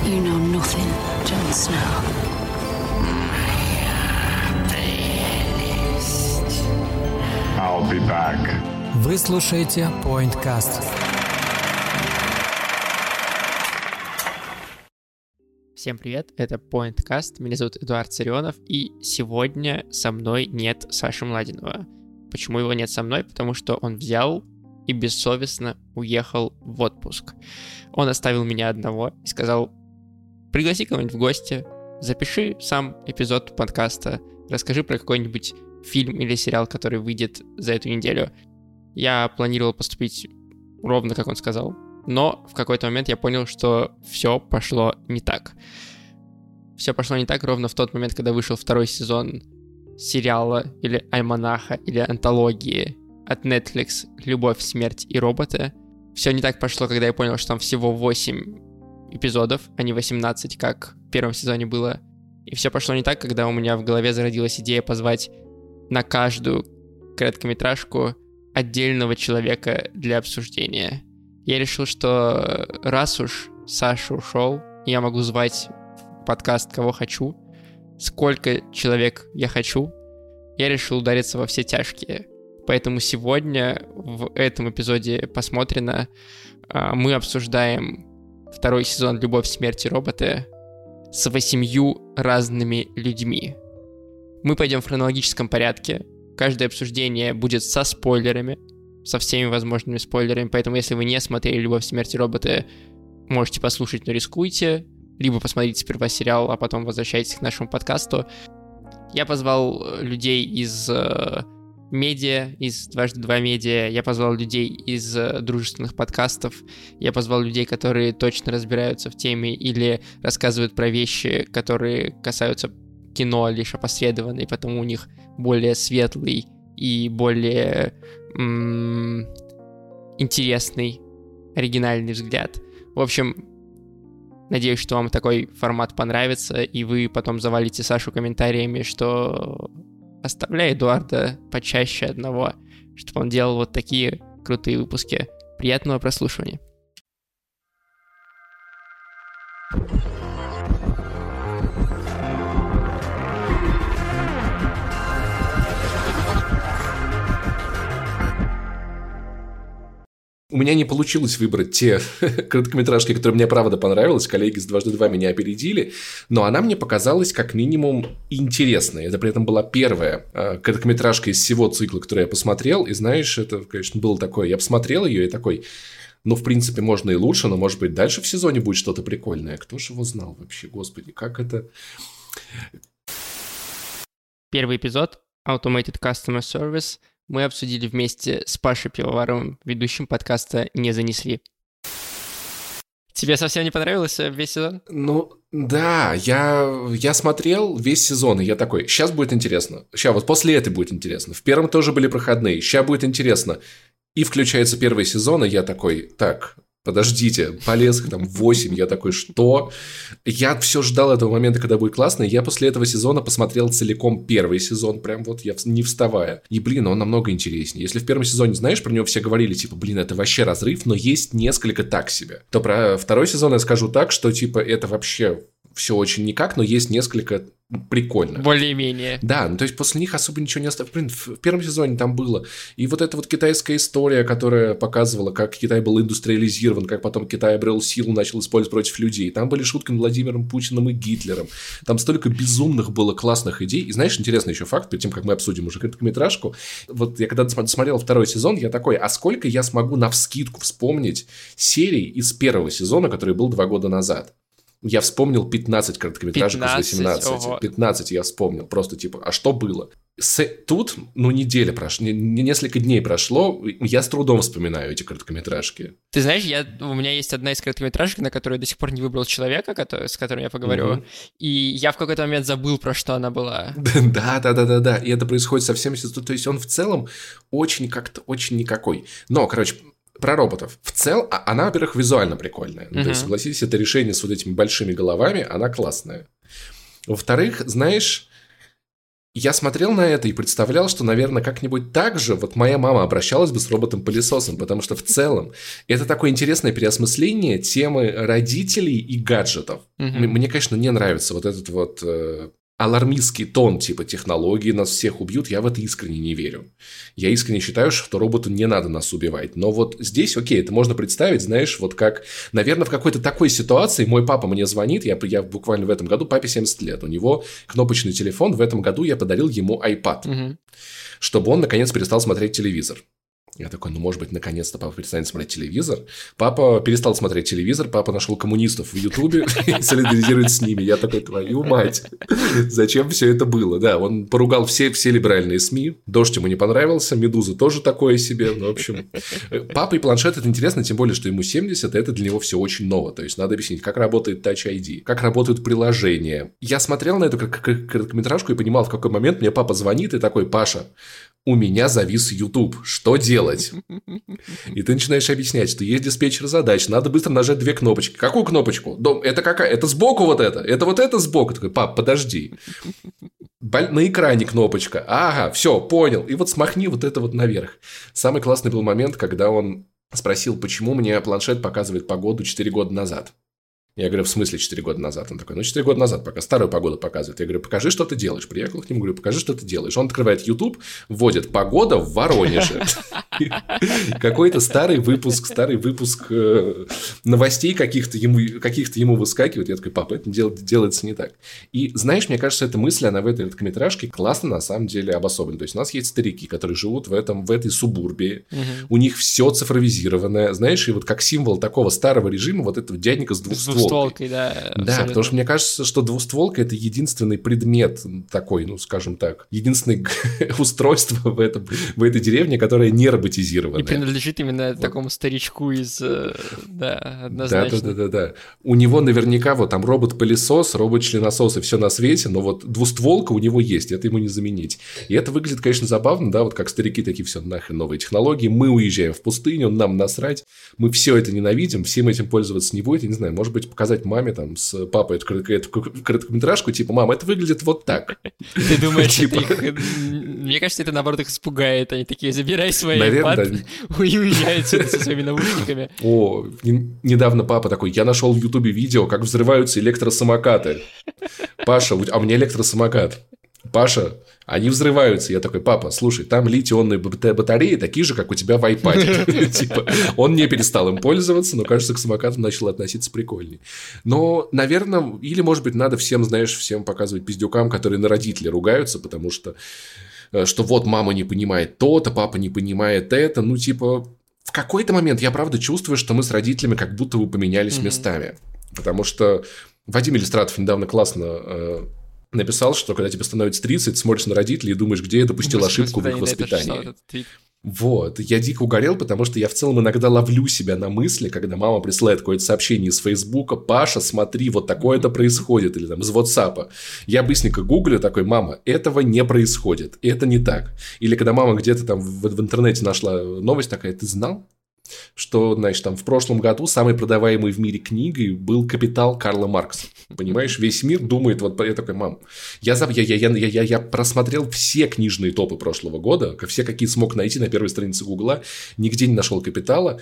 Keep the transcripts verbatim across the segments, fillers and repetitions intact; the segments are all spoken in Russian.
You know nothing, Jon Snow. I'll be back. Вы слушаете PointCast. Всем привет, это PointCast, меня зовут Эдуард Царионов, и сегодня со мной нет Саши Младинова. Почему его нет со мной? Потому что он взял и бессовестно уехал в отпуск. Он оставил меня одного и сказал: пригласи кого-нибудь в гости, запиши сам эпизод подкаста, расскажи про какой-нибудь фильм или сериал, который выйдет за эту неделю. Я планировал поступить ровно как он сказал, но в какой-то момент я понял, что все пошло не так. Все пошло не так ровно в тот момент, когда вышел второй сезон сериала или альманаха, или антологии от Netflix «Любовь, смерть и роботы». Все не так пошло, когда я понял, что там всего восемь эпизодов, а не восемнадцать, как в первом сезоне было. И все пошло не так, когда у меня в голове зародилась идея позвать на каждую короткометражку отдельного человека для обсуждения. Я решил, что раз уж Саша ушел, я могу звать в подкаст кого хочу, сколько человек я хочу, я решил удариться во все тяжкие. Поэтому сегодня в этом эпизоде «Посмотрено» мы обсуждаем второй сезон «Любовь, смерть и роботы» с восемью разными людьми. Мы пойдем в хронологическом порядке. Каждое обсуждение будет со спойлерами, со всеми возможными спойлерами, поэтому если вы не смотрели «Любовь, смерть и роботы», можете послушать, но рискуйте, либо посмотрите сперва сериал, а потом возвращайтесь к нашему подкасту. Я позвал людей из э, медиа, из дважды два медиа, я позвал людей из э, дружественных подкастов, я позвал людей, которые точно разбираются в теме или рассказывают про вещи, которые касаются кино лишь опосредованно, и потому у них более светлый и более м- интересный, оригинальный взгляд. В общем, надеюсь, что вам такой формат понравится, и вы потом завалите Сашу комментариями, что оставляй Эдуарда почаще одного, чтобы он делал вот такие крутые выпуски. Приятного прослушивания. У меня не получилось выбрать те короткометражки, которые мне правда понравились. Коллеги с дважды два меня опередили. Но она мне показалась как минимум интересной. Это при этом была первая э, короткометражка из всего цикла, который я посмотрел. И знаешь, это, конечно, было такое... Я посмотрел ее и такой... Ну, в принципе, можно и лучше, но, может быть, дальше в сезоне будет что-то прикольное. Кто же его знал вообще? Господи, как это... Первый эпизод Automated Customer Service мы обсудили вместе с Пашей Пивоваровым, ведущим подкаста «Не занесли». Тебе совсем не понравился весь сезон? Ну, да, я, я смотрел весь сезон, и я такой, сейчас будет интересно. Сейчас, вот после этой будет интересно. В первом тоже были проходные, сейчас будет интересно. И включается первый сезон, и я такой, так... Подождите, полез там восемь, я такой, что? Я все ждал этого момента, когда будет классно, и я после этого сезона посмотрел целиком первый сезон, прям вот я не вставая. И, блин, он намного интереснее. Если в первом сезоне, знаешь, про него все говорили, типа, блин, это вообще разрыв, но есть несколько так себе, то про второй сезон я скажу так, что, типа, это вообще все очень никак, но есть несколько прикольно. Более-менее. Да, ну то есть после них особо ничего не осталось. Блин, в первом сезоне там было. И вот эта вот китайская история, которая показывала, как Китай был индустриализирован, как потом Китай обрел силу, начал использовать против людей. Там были шутки над Владимиром Путиным и Гитлером. Там столько безумных было классных идей. И знаешь, интересный еще факт, перед тем, как мы обсудим уже короткометражку. Вот я когда смотрел второй сезон, я такой, а сколько я смогу навскидку вспомнить серий из первого сезона, который был два года назад? Я вспомнил пятнадцать короткометражек из восемнадцати. Ого. пятнадцать я вспомнил. Просто типа, а что было? С... Тут, ну, неделя прошла, несколько дней прошло. Я с трудом вспоминаю эти короткометражки. Ты знаешь, я, у меня есть одна из короткометражек, на которую я до сих пор не выбрал человека, который, с которым я поговорю. Угу. И я в какой-то момент забыл, про что она была. Да, да, да, да, да. И это происходит со всеми. То есть он в целом очень как-то очень никакой. Но, короче. Про роботов. В целом, она, во-первых, визуально прикольная. Ну, uh-huh. То есть, согласитесь, это решение с вот этими большими головами, она классная. Во-вторых, знаешь, я смотрел на это и представлял, что, наверное, как-нибудь так же вот моя мама обращалась бы с роботом-пылесосом, потому что в целом это такое интересное переосмысление темы родителей и гаджетов. Mm-hmm. Мне, конечно, не нравится вот этот вот э, алармистский тон, типа технологии нас всех убьют, я в это искренне не верю. Я искренне считаю, что роботу не надо нас убивать. Но вот здесь, окей, это можно представить, знаешь, вот как, наверное, в какой-то такой ситуации мой папа мне звонит, я, я буквально в этом году, папе семьдесят лет, у него кнопочный телефон, в этом году я подарил ему iPad, угу. чтобы он, наконец, перестал смотреть телевизор. Я такой, ну, может быть, наконец-то папа перестанет смотреть телевизор. Папа перестал смотреть телевизор, папа нашел коммунистов в Ютубе и солидаризирует с ними. Я такой, твою мать, зачем все это было? Да, он поругал все, все либеральные СМИ, «Дождь» ему не понравился, «Медуза» тоже такое себе. Ну, в общем, папа и планшет – это интересно, тем более, что ему семьдесят, и это для него все очень ново. То есть, надо объяснить, как работает Touch ай ди, как работают приложения. Я смотрел на эту короткометражку и понимал, в какой момент мне папа звонит и такой, Паша, у меня завис YouTube. Что делать? И ты начинаешь объяснять, что есть диспетчер задач, надо быстро нажать две кнопочки. Какую кнопочку? Это какая? Это сбоку вот это? Это вот это сбоку? Такой, пап, подожди. На экране кнопочка. Ага, все, понял. И вот смахни вот это вот наверх. Самый классный был момент, когда он спросил, почему мне планшет показывает погоду четыре года назад. Я говорю, в смысле четыре года назад? Он такой, ну, четыре года назад, пока старую погоду показывает. Я говорю, покажи, что ты делаешь. Приехал к нему, говорю, покажи, что ты делаешь. Он открывает YouTube, вводит «Погода в Воронеже». Какой-то старый выпуск, старый выпуск новостей каких-то ему, каких-то ему выскакивает. Я такой, папа, это делается не так. И знаешь, мне кажется, эта мысль, она в этой короткометражке классно на самом деле обособлена. То есть, у нас есть старики, которые живут в, этом, в этой субурбии. У них все цифровизированное. Знаешь, и вот как символ такого старого режима, вот этого дяденька с двухстволкой. Двустволкой, да. Абсолютно. Да, потому что мне кажется, что двустволка – это единственный предмет такой, ну, скажем так, единственное устройство в, этом, в этой деревне, которое не роботизировано. И принадлежит именно вот. Такому старичку из… Да, однозначно. Да-да-да. У него наверняка вот там робот-пылесос, робот-членосос и все на свете, но вот двустволка у него есть, это ему не заменить. И это выглядит, конечно, забавно, да, вот как старики такие, все, нахрен новые технологии, мы уезжаем в пустыню, нам насрать, мы все это ненавидим, всем этим пользоваться не будет, я не знаю, может быть, показать маме там с папой эту, эту короткометражку, типа, мам, это выглядит вот так. Ты думаешь, типа... это их... Мне кажется, это наоборот их испугает. Они такие, забирай свой iPad и уезжают со своими наушниками. О, недавно папа такой, я нашел в Ютубе видео, как взрываются электросамокаты. Паша, а у меня электросамокат. Паша, они взрываются. Я такой, папа, слушай, там литий-ионные батареи такие же, как у тебя в iPad. Типа, он не перестал им пользоваться, но, кажется, к самокатам начал относиться прикольней. Но, наверное, или, может быть, надо всем, знаешь, всем показывать пиздюкам, которые на родителей ругаются, потому что, что вот мама не понимает то-то, папа не понимает это. Ну, типа, в какой-то момент я, правда, чувствую, что мы с родителями как будто бы поменялись местами. Потому что Вадим Иллюстратов недавно классно... написал, что когда тебе становится тридцать, смотришь на родителей и думаешь, где я допустил ошибку в их воспитании. Вот. Я дико угорел, потому что я в целом иногда ловлю себя на мысли, когда мама присылает какое-то сообщение из Фейсбука, Паша, смотри, вот такое-то происходит, или там из WhatsApp. Я быстренько гуглю, такой, мама, этого не происходит, это не так. Или когда мама где-то там в, в интернете нашла новость такая, ты знал? Что, значит, там в прошлом году самой продаваемой в мире книгой был «Капитал» Карла Маркса. Понимаешь, весь мир думает, вот я такой, мам, я, я, я, я, я, я просмотрел все книжные топы прошлого года, все, какие смог найти на первой странице Гугла, нигде не нашел «Капитала».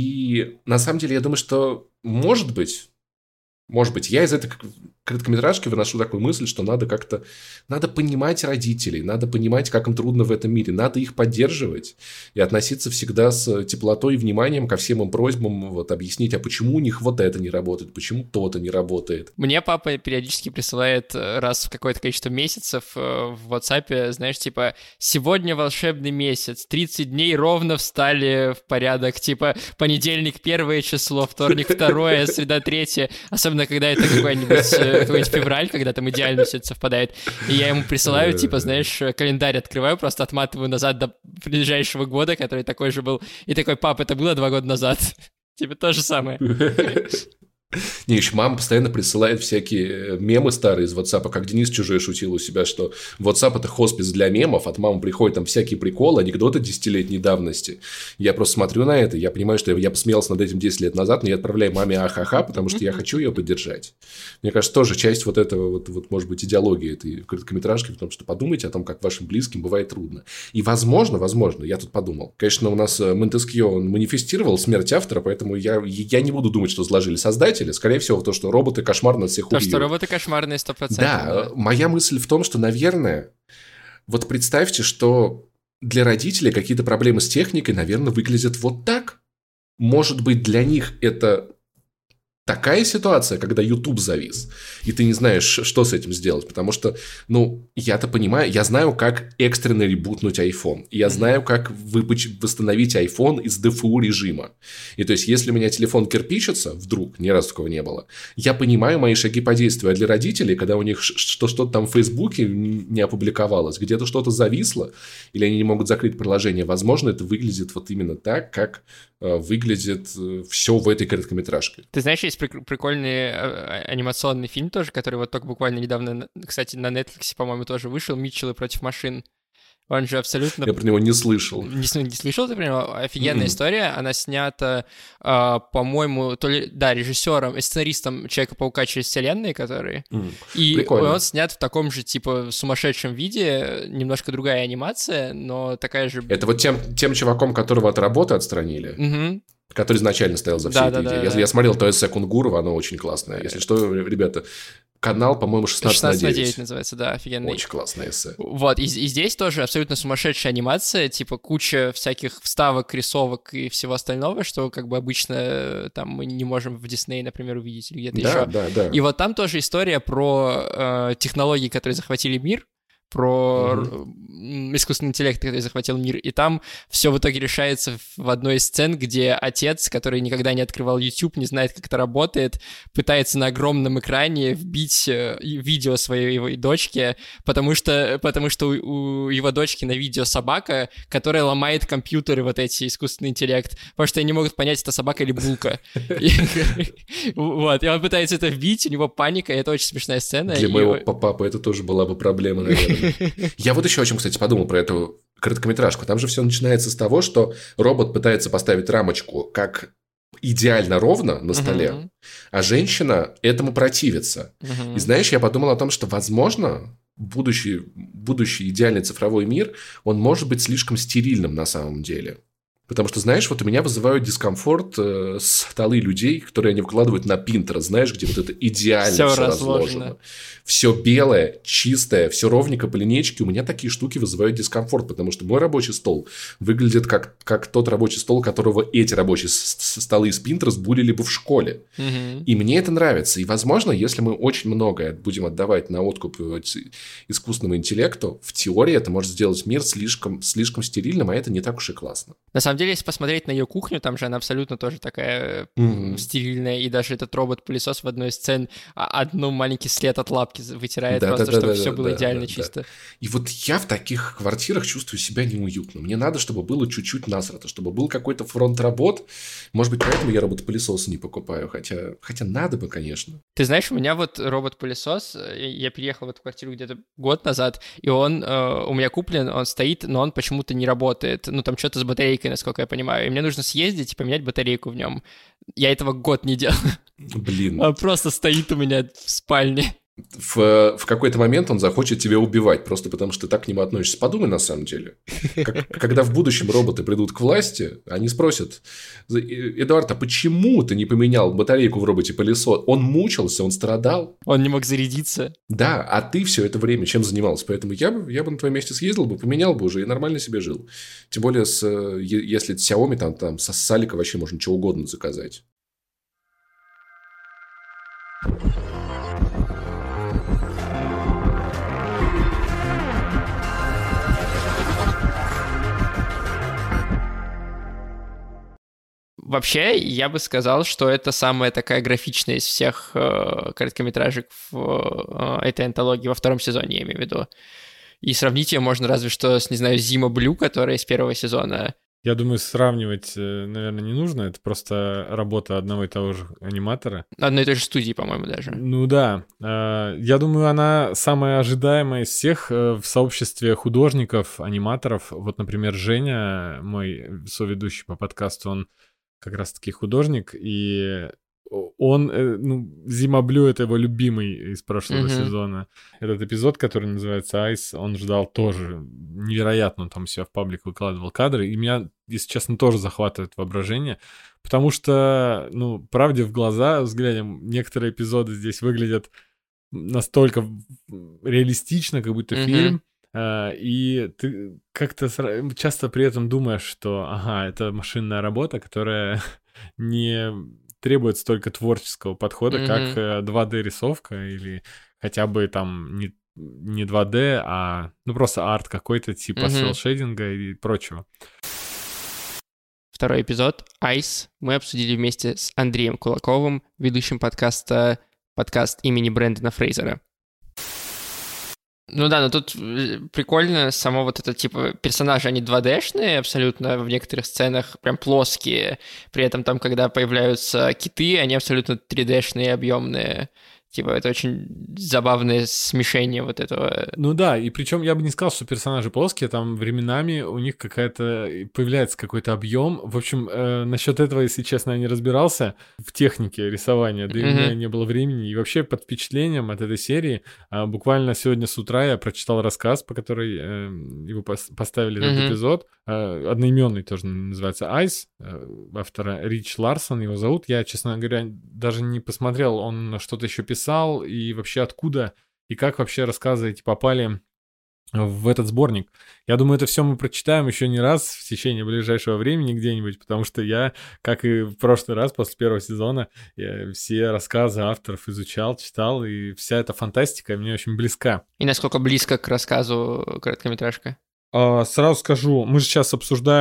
И на самом деле я думаю, что, может быть, может быть, я из этой короткометражки выношу такую мысль, что надо как-то... Надо понимать родителей, надо понимать, как им трудно в этом мире. Надо их поддерживать и относиться всегда с теплотой и вниманием ко всем им просьбам, вот, объяснить, а почему у них вот это не работает, почему то-то не работает. Мне папа периодически присылает раз в какое-то количество месяцев в WhatsApp, знаешь, типа, сегодня волшебный месяц, тридцать дней ровно встали в порядок, типа, понедельник первое число, вторник второе, среда третье, особенно когда это какой-нибудь... какой-нибудь февраль, когда там идеально все это совпадает. И я ему присылаю, типа, знаешь, календарь открываю, просто отматываю назад до ближайшего года, который такой же был. И такой, пап, это было два года назад. Типа то же самое. Не, еще мама постоянно присылает всякие мемы старые из WhatsApp, как Денис Чужой шутил у себя, что WhatsApp – это хоспис для мемов, от мамы приходят там всякие приколы, анекдоты десятилетней давности. Я просто смотрю на это, я понимаю, что я посмеялся над этим десять лет назад, но я отправляю маме ахаха, потому что я хочу ее поддержать. Мне кажется, тоже часть вот этого, вот, вот, может быть, идеологии этой короткометражки, потому что подумайте о том, как вашим близким бывает трудно. И возможно, возможно, я тут подумал, конечно, у нас Монтескье, он манифестировал смерть автора, поэтому я, я не буду думать, что сложили создатели. Скорее всего, то, что роботы кошмарно всех убьют. То, что роботы кошмарные сто процентов. Да, да, моя мысль в том, что, наверное, вот представьте, что для родителей какие-то проблемы с техникой, наверное, выглядят вот так. Может быть, для них это такая ситуация, когда YouTube завис, и ты не знаешь, что с этим сделать, потому что, ну, я-то понимаю, я знаю, как экстренно ребутнуть iPhone, я знаю, как выпуч- восстановить iPhone из ди эф ю режима, и то есть, если у меня телефон кирпичится, вдруг, ни разу такого не было, я понимаю мои шаги по действию, а для родителей, когда у них что-то там в Фейсбуке не опубликовалось, где-то что-то зависло, или они не могут закрыть приложение, возможно, это выглядит вот именно так, как выглядит все в этой короткометражке. Ты знаешь, есть прикольный анимационный фильм тоже, который вот только буквально недавно, кстати, на Netflix, по-моему, тоже вышел, «Митчеллы против машин». Он же абсолютно... Я про него не слышал. Не, не слышал ты про него? Офигенная Mm-mm. история. Она снята, э, по-моему, то ли, да, режиссером и сценаристом Человека-паука через вселенные, которые... Mm. И Прикольно. Он снят в таком же, типа, сумасшедшем виде. Немножко другая анимация, но такая же... Это вот тем, тем чуваком, которого от работы отстранили? Mm-hmm. Который изначально стоял за всей да, этой да, идеей. Да, я, да. я смотрел то эссе Кунгурова, оно очень классное. Если что, ребята, канал, по-моему, шестнадцать на девять называется, да, офигенный. Очень классное эссе. Вот, и, и здесь тоже абсолютно сумасшедшая анимация, типа куча всяких вставок, рисовок и всего остального, что как бы обычно там мы не можем в Диснее, например, увидеть или где-то да, еще. Да, да. И вот там тоже история про э, технологии, которые захватили мир, про mm-hmm. искусственный интеллект, который захватил мир, и там все в итоге решается в одной из сцен, где отец, который никогда не открывал YouTube, не знает, как это работает, пытается на огромном экране вбить видео своей его дочке, потому что, потому что у, у его дочки на видео собака, которая ломает компьютеры, вот эти, искусственный интеллект, потому что они не могут понять, это собака или булка. Вот, и он пытается это вбить, у него паника, и это очень смешная сцена. Для моего папы это тоже была бы проблема, наверное. Я вот еще о чем, кстати, подумал про эту короткометражку. Там же все начинается с того, что робот пытается поставить рамочку как идеально ровно на столе, uh-huh. а женщина этому противится. Uh-huh. И знаешь, я подумал о том, что, возможно, будущий, будущий идеальный цифровой мир, он может быть слишком стерильным на самом деле. Потому что, знаешь, вот у меня вызывают дискомфорт э, столы людей, которые они выкладывают на Pinterest, знаешь, где вот это идеально все, все разложено. Все белое, чистое, все ровненько по линейке. У меня такие штуки вызывают дискомфорт, потому что мой рабочий стол выглядит как, как тот рабочий стол, которого эти рабочие столы из Pinterest булили бы в школе. Угу. И мне это нравится. И, возможно, если мы очень многое будем отдавать на откуп искусственному интеллекту, в теории это может сделать мир слишком, слишком стерильным, а это не так уж и классно. На самом деле, если посмотреть на ее кухню, там же она абсолютно тоже такая mm-hmm. стерильная, и даже этот робот-пылесос в одной из сцен одну маленький след от лапки вытирает, да, просто, да, чтобы да, все да, было да, идеально да, чисто. Да. И вот я в таких квартирах чувствую себя неуютно. Мне надо, чтобы было чуть-чуть насрато, чтобы был какой-то фронт работ. Может быть, поэтому я робот-пылесосы не покупаю, хотя, хотя надо бы, конечно. Ты знаешь, у меня вот робот-пылесос, я переехал в эту квартиру где-то год назад, и он э, у меня куплен, он стоит, но он почему-то не работает. Ну, там что-то с батарейкой, насколько я понимаю. И мне нужно съездить и поменять батарейку в нем. Я этого год не делал. Блин. Он просто стоит у меня в спальне. В, в какой-то момент он захочет тебя убивать, просто потому что ты так к нему относишься. Подумай на самом деле. Как, когда в будущем роботы придут к власти, они спросят: Эдуард, а почему ты не поменял батарейку в роботе-пылесос? Он мучился, он страдал. Он не мог зарядиться. Да, а ты все это время чем занимался? Поэтому я бы, я бы на твоем месте съездил бы, поменял бы уже и нормально себе жил. Тем более, с, если Xiaomi, там, там со Салика вообще можно что угодно заказать. Вообще, я бы сказал, что это самая такая графичная из всех э, короткометражек в э, этой антологии, во втором сезоне, я имею в виду. И сравнить ее можно разве что с, не знаю, Зима Блю, которая из первого сезона. Я думаю, сравнивать, наверное, не нужно. Это просто работа одного и того же аниматора. Одной и той же студии, по-моему, даже. Ну да. Я думаю, она самая ожидаемая из всех в сообществе художников, аниматоров. Вот, например, Женя, мой соведущий по подкасту, он как раз-таки художник, и он, ну, Зимоблю — это его любимый из прошлого mm-hmm. сезона. Этот эпизод, который называется «Айс», он ждал тоже невероятно, он там себя в паблик выкладывал кадры, и меня, если честно, тоже захватывает воображение, потому что, ну, правде в глаза взглянем, некоторые эпизоды здесь выглядят настолько реалистично, как будто mm-hmm. фильм, и ты как-то часто при этом думаешь, что, ага, это машинная работа, которая не требует столько творческого подхода, mm-hmm. как два дэ-рисовка или хотя бы там не, не два дэ, а ну просто арт какой-то типа mm-hmm. селл-шейдинга и прочего. Второй эпизод «Айс» мы обсудили вместе с Андреем Кулаковым, ведущим подкаста подкаст имени Брэндона Фрейзера. Ну да, но тут прикольно, само вот это, типа, персонажи, они два дэ-шные абсолютно, в некоторых сценах прям плоские, при этом там, когда появляются киты, они абсолютно три дэ-шные, объемные. Типа, это очень забавное смешение вот этого. Ну да, и причем я бы не сказал, что персонажи плоские, там временами у них какая-то появляется какой-то объем. В общем, э, насчет этого, если честно, я не разбирался в технике рисования, да и mm-hmm. у меня не было времени. И вообще под впечатлением от этой серии э, буквально сегодня с утра я прочитал рассказ, по которой э, его пос- поставили mm-hmm. этот эпизод. Э, одноименный тоже называется «Айс», э, автора Рич Ларсон его зовут. Я, честно говоря, даже не посмотрел, он что-то еще писал. И вообще откуда и как вообще рассказы эти попали в этот сборник. Я думаю, это все мы прочитаем еще не раз в течение ближайшего времени где-нибудь, потому что я, как и в прошлый раз после первого сезона, я все рассказы авторов изучал, читал, и вся эта фантастика мне очень близка. И насколько близко к рассказу короткометражка? Сразу скажу, мы же сейчас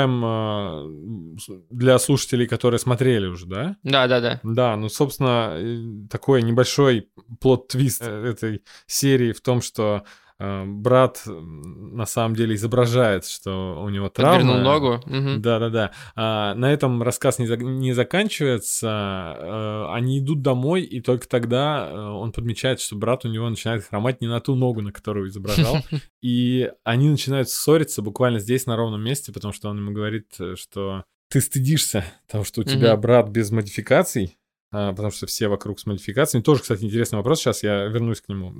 обсуждаем для слушателей, которые смотрели уже, да? Да, да, да. Да, ну, собственно, такой небольшой плот-твист этой серии в том, что брат на самом деле изображает, что у него травма. Подвернул ногу. Угу. Да-да-да. А, на этом рассказ не, за... не заканчивается. А, они идут домой, и только тогда он подмечает, что брат у него начинает хромать не на ту ногу, на которую изображал. И они начинают ссориться буквально здесь, на ровном месте, потому что он ему говорит, что ты стыдишься того, что у тебя брат без модификаций, потому что все вокруг с модификациями. Тоже, кстати, интересный вопрос. Сейчас я вернусь к нему.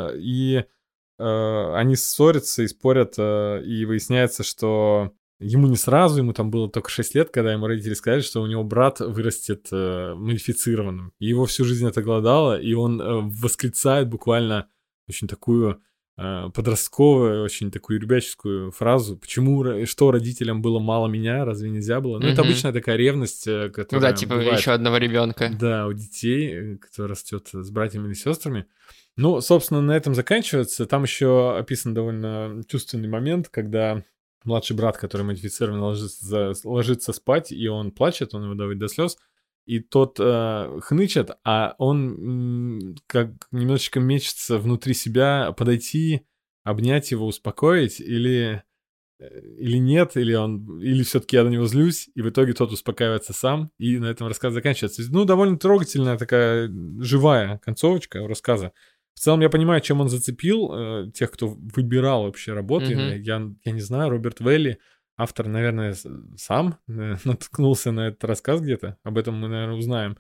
И они ссорятся и спорят, и выясняется, что ему не сразу, ему там было только шесть лет, когда ему родители сказали, что у него брат вырастет модифицированным. И его всю жизнь это голодало, и он восклицает буквально очень такую подростковую, очень такую ребяческую фразу. Почему, что родителям было мало меня, разве нельзя было? Ну, mm-hmm. это обычная такая ревность, которая Ну да, типа бывает, еще одного ребенка. Да, у детей, кто растет с братьями или сестрами. Ну, собственно, на этом заканчивается. Там еще описан довольно чувственный момент, когда младший брат, который модифицирован, ложится, ложится спать, и он плачет, он его доводит до слез, и тот э, хнычет, а он м, как немножечко мечется внутри себя подойти, обнять его, успокоить, или, или нет, или он, или все-таки я на него злюсь, и в итоге тот успокаивается сам, и на этом рассказ заканчивается. Ну, довольно трогательная такая живая концовочка рассказа. В целом я понимаю, чем он зацепил э, тех, кто выбирал вообще работы. Mm-hmm. Я, я не знаю, Роберт Велли, автор, наверное, сам э, наткнулся на этот рассказ где-то. Об этом мы, наверное, узнаем.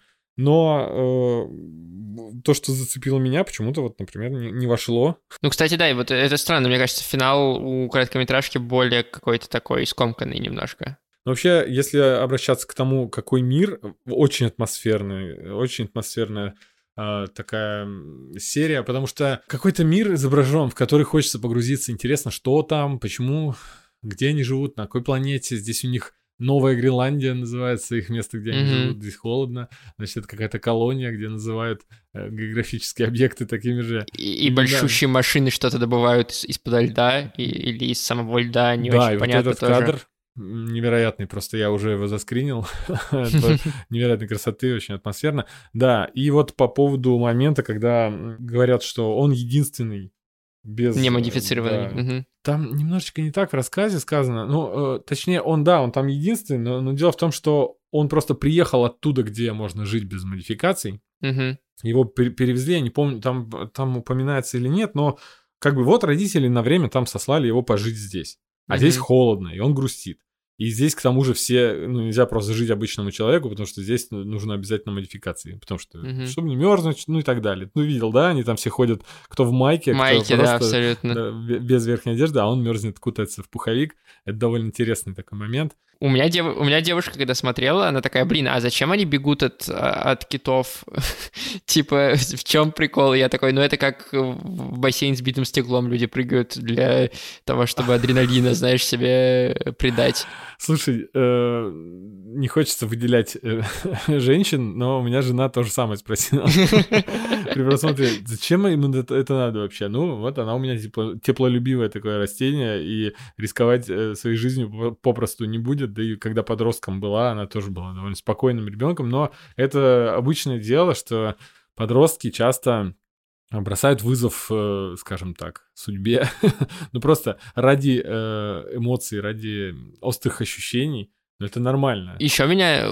Но э, то, что зацепило меня, почему-то, вот, например, не, не вошло. Ну, кстати, да, и вот это странно. Мне кажется, финал у короткометражки более какой-то такой скомканный немножко. Но вообще, если обращаться к тому, какой мир, очень атмосферный, очень атмосферная такая серия, потому что какой-то мир изображен, в который хочется погрузиться. Интересно, что там, почему, где они живут, на какой планете. Здесь у них Новая Гренландия называется, их место, где они mm-hmm. живут. Здесь холодно. Значит, это какая-то колония, где называют э, географические объекты такими же. И, и большущие да. машины что-то добывают из- из-под льда и, или из самого льда, не да, очень и понятно вот этот тоже. Кадр невероятный, просто я уже его заскринил. Невероятной красоты, очень атмосферно. Да, и вот по поводу момента, когда говорят, что он единственный без... Не модифицированными. Да. Угу. Там немножечко не так в рассказе сказано. Ну, э, точнее, он, да, он там единственный, но, но дело в том, что он просто приехал оттуда, где можно жить без модификаций. Угу. Его пер- перевезли, я не помню, там, там упоминается или нет, но как бы вот родители на время там сослали его пожить здесь. А угу. здесь холодно, и он грустит. И здесь, к тому же, все, ну, нельзя просто жить обычному человеку, потому что здесь нужно обязательно модификации, потому что, mm-hmm. чтобы не мерзнуть, ну и так далее. Ну, видел, да, они там все ходят, кто в майке, майке, кто да, просто абсолютно. Да, без верхней одежды, а он мерзнет, кутается в пуховик. Это довольно интересный такой момент. У меня, дев... У меня девушка, когда смотрела, она такая, блин, а зачем они бегут от, от китов? Типа, в чем прикол? Я такой, ну это как в бассейн с битым стеклом люди прыгают для того, чтобы адреналина, знаешь, себе придать. Слушай, э, не хочется выделять э, женщин, но у меня жена то же самое спросила. При просмотре, зачем им это, это надо вообще? Ну, вот она у меня тепло, теплолюбивое такое растение, и рисковать э, своей жизнью попросту не будет. Да и когда подростком была, она тоже была довольно спокойным ребенком. Но это обычное дело, что подростки часто бросают вызов, э, скажем так, судьбе. Ну, просто ради э, эмоций, ради острых ощущений. Но это нормально. Еще меня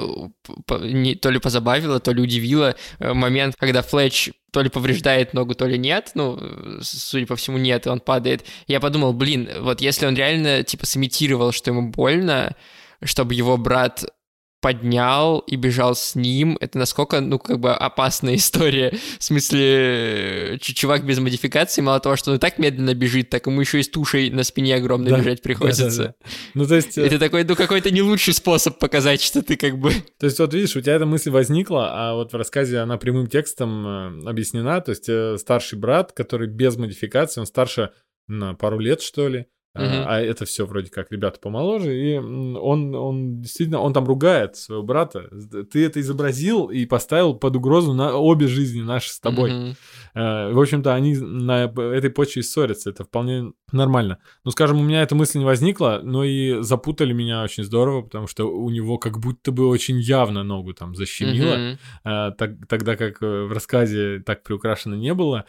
то ли позабавило, то ли удивило момент, когда Флетч то ли повреждает ногу, то ли нет. Ну, судя по всему, нет, и он падает. Я подумал, блин, вот если он реально, типа, сымитировал, что ему больно, чтобы его брат поднял и бежал с ним, это насколько, ну, как бы опасная история. В смысле, чувак без модификации, мало того, что он и так медленно бежит, так ему еще и с тушей на спине огромной да, бежать приходится. Да, да, да. Ну, то есть... Это такой, ну, какой-то не лучший способ показать, что ты как бы... То есть, вот видишь, у тебя эта мысль возникла, а вот в рассказе она прямым текстом объяснена, то есть старший брат, который без модификации, он старше на пару лет, что ли, Uh-huh. А это все вроде как ребята помоложе, и он, он действительно, он там ругает своего брата. Ты это изобразил и поставил под угрозу на обе жизни наши с тобой. Uh-huh. В общем-то, они на этой почве ссорятся, это вполне нормально. Ну, скажем, у меня эта мысль не возникла, но и запутали меня очень здорово, потому что у него как будто бы очень явно ногу там защемило, uh-huh. так, тогда как в рассказе так приукрашено не было,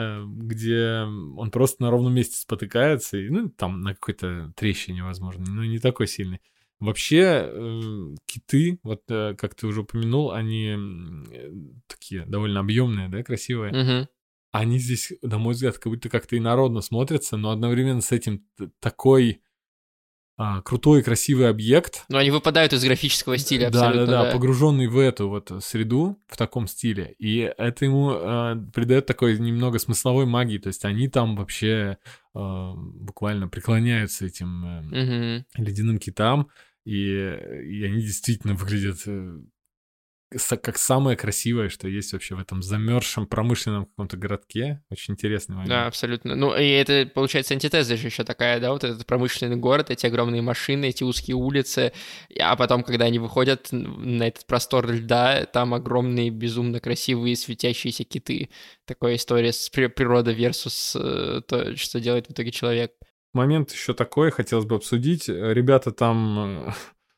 где он просто на ровном месте спотыкается, и, ну, там на какой-то трещине, возможно, но не такой сильный. Вообще, э, киты, вот э, как ты уже упомянул, они э, такие довольно объемные, да, красивые. Угу. Они здесь, на мой взгляд, как будто как-то инородно смотрятся, но одновременно с этим такой а, крутой и красивый объект. Но они выпадают из графического стиля абсолютно. Да-да-да, да. погруженный в эту вот среду, в таком стиле. И это ему э, придает такой немного смысловой магии. То есть они там вообще э, буквально преклоняются этим э, угу. ледяным китам. И, и они действительно выглядят э, как самое красивое, что есть вообще в этом замерзшем промышленном каком-то городке. Очень интересный момент. Да, абсолютно. Ну, и это, получается, антитеза же еще такая, да, вот этот промышленный город, эти огромные машины, эти узкие улицы, а потом, когда они выходят на этот простор льда, там огромные, безумно красивые, светящиеся киты. Такая история с природа versus то, что делает в итоге человек. Момент еще такой, хотелось бы обсудить. Ребята там...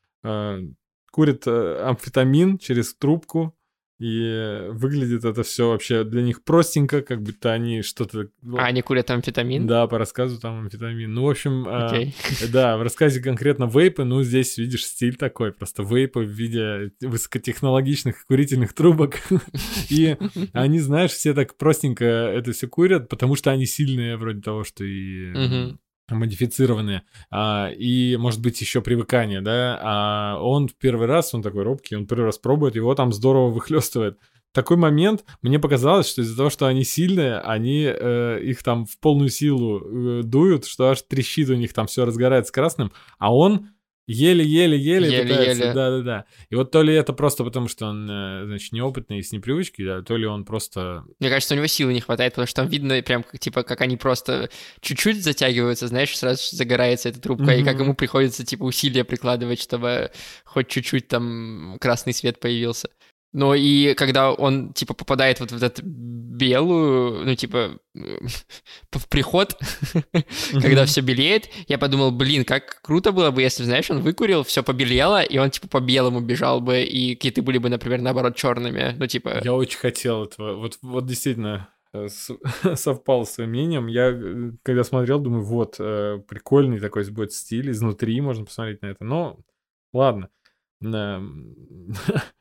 курят амфетамин через трубку, и выглядит это все вообще для них простенько, как будто они что-то... А они курят амфетамин? Да, по рассказу там амфетамин. Ну, в общем, okay. э, да, в рассказе конкретно вейпы, ну, здесь, видишь, стиль такой, просто вейпы в виде высокотехнологичных курительных трубок, и они, знаешь, все так простенько это все курят, потому что они сильные, вроде того, что и... модифицированные, а, и, может быть, еще привыкание, да, а он в первый раз, он такой робкий, он первый раз пробует, его там здорово выхлестывает. Такой момент, мне показалось, что из-за того, что они сильные, они э, их там в полную силу э, дуют, что аж трещит у них, там все разгорается красным, а он еле-еле-еле пытается, да-да-да. И вот то ли это просто потому, что он, значит, неопытный и с непривычки, да, то ли он просто... Мне кажется, у него силы не хватает, потому что там видно прям, как, типа, как они просто чуть-чуть затягиваются, знаешь, сразу загорается эта трубка, mm-hmm. и как ему приходится, типа, усилия прикладывать, чтобы хоть чуть-чуть там красный свет появился. Но и когда он, типа, попадает вот в эту белую, ну, типа, в приход, mm-hmm. когда все белеет, я подумал, блин, как круто было бы, если, знаешь, он выкурил, все побелело, и он, типа, по белому бежал бы, и киты были бы, например, наоборот, черными, ну, типа... Я очень хотел этого, вот, вот действительно... э, с- совпал с своим мнением. Я, э, когда смотрел, думаю, вот, э, прикольный такой будет стиль, изнутри можно посмотреть на это. Но, ладно. Эм,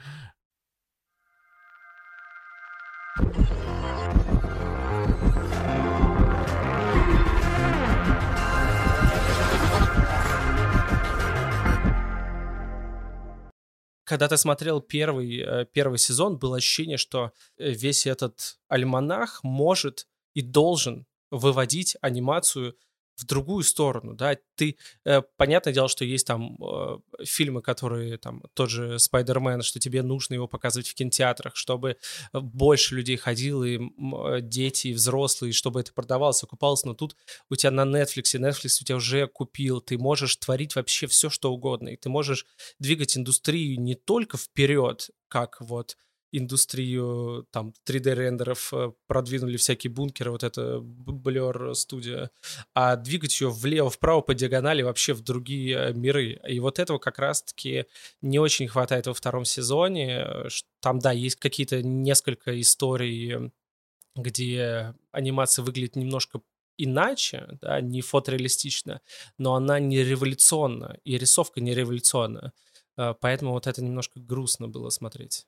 Когда ты смотрел первый, э, первый сезон, было ощущение, что э, весь этот альманах может и должен выводить анимацию в другую сторону, да, ты, э, понятное дело, что есть там э, фильмы, которые, там, тот же Спайдермен, что тебе нужно его показывать в кинотеатрах, чтобы больше людей ходило, и м, э, дети, и взрослые, чтобы это продавалось, окупалось, но тут у тебя на Netflix, Netflix у тебя уже купил, ты можешь творить вообще все, что угодно, и ты можешь двигать индустрию не только вперед, как вот индустрию там три дэ-рендеров э, продвинули всякие бункеры, вот это Б- Blur студия, а двигать ее влево-вправо по диагонали вообще в другие э, миры. И вот этого как раз-таки не очень хватает во втором сезоне. Э, ш- Там, да, есть какие-то несколько историй, э, где анимация выглядит немножко иначе, да, не фотореалистично, но она не революционна, и рисовка не революционна. Э, Поэтому вот это немножко грустно было смотреть.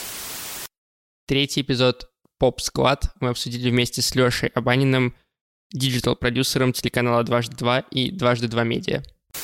Третий эпизод Pop Squad мы обсудили вместе с Лешей Абаниным, диджитал-продюсером телеканала «Дважды два» и «Дважды два Медиа».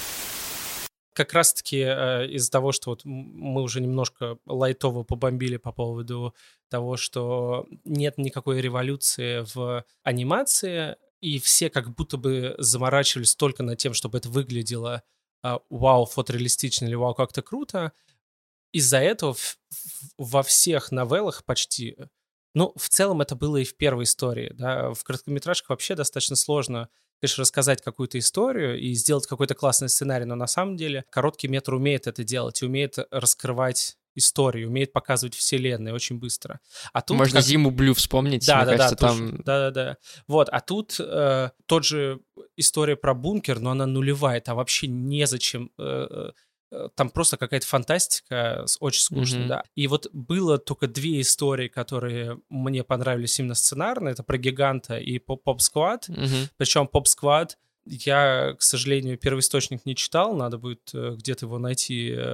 Как раз-таки э, из-за того, что вот м- мы уже немножко лайтово побомбили по поводу того, что нет никакой революции в анимации, и все как будто бы заморачивались только над тем, чтобы это выглядело э, вау, фотореалистично или вау, как-то круто. Из-за этого в- в- во всех новеллах почти, ну, в целом это было и в первой истории, да, в короткометражках вообще достаточно сложно, конечно, рассказать какую-то историю и сделать какой-то классный сценарий, но на самом деле короткий метр умеет это делать и умеет раскрывать историю, умеет показывать вселенную очень быстро. А тут Можно как- Зиму Блю вспомнить, да, мне да, кажется, да, там... да-да-да. Вот, а тут э, тот же история про бункер, но она нулевая, там вообще незачем... Э, э, там просто какая-то фантастика, с- очень скучно, Мгм. да. И вот было только две истории, которые мне понравились именно сценарно. Это про Гиганта и Поп Сквад. Мгм. Причем Поп Сквад я, к сожалению, первоисточник не читал. Надо будет э, где-то его найти, э,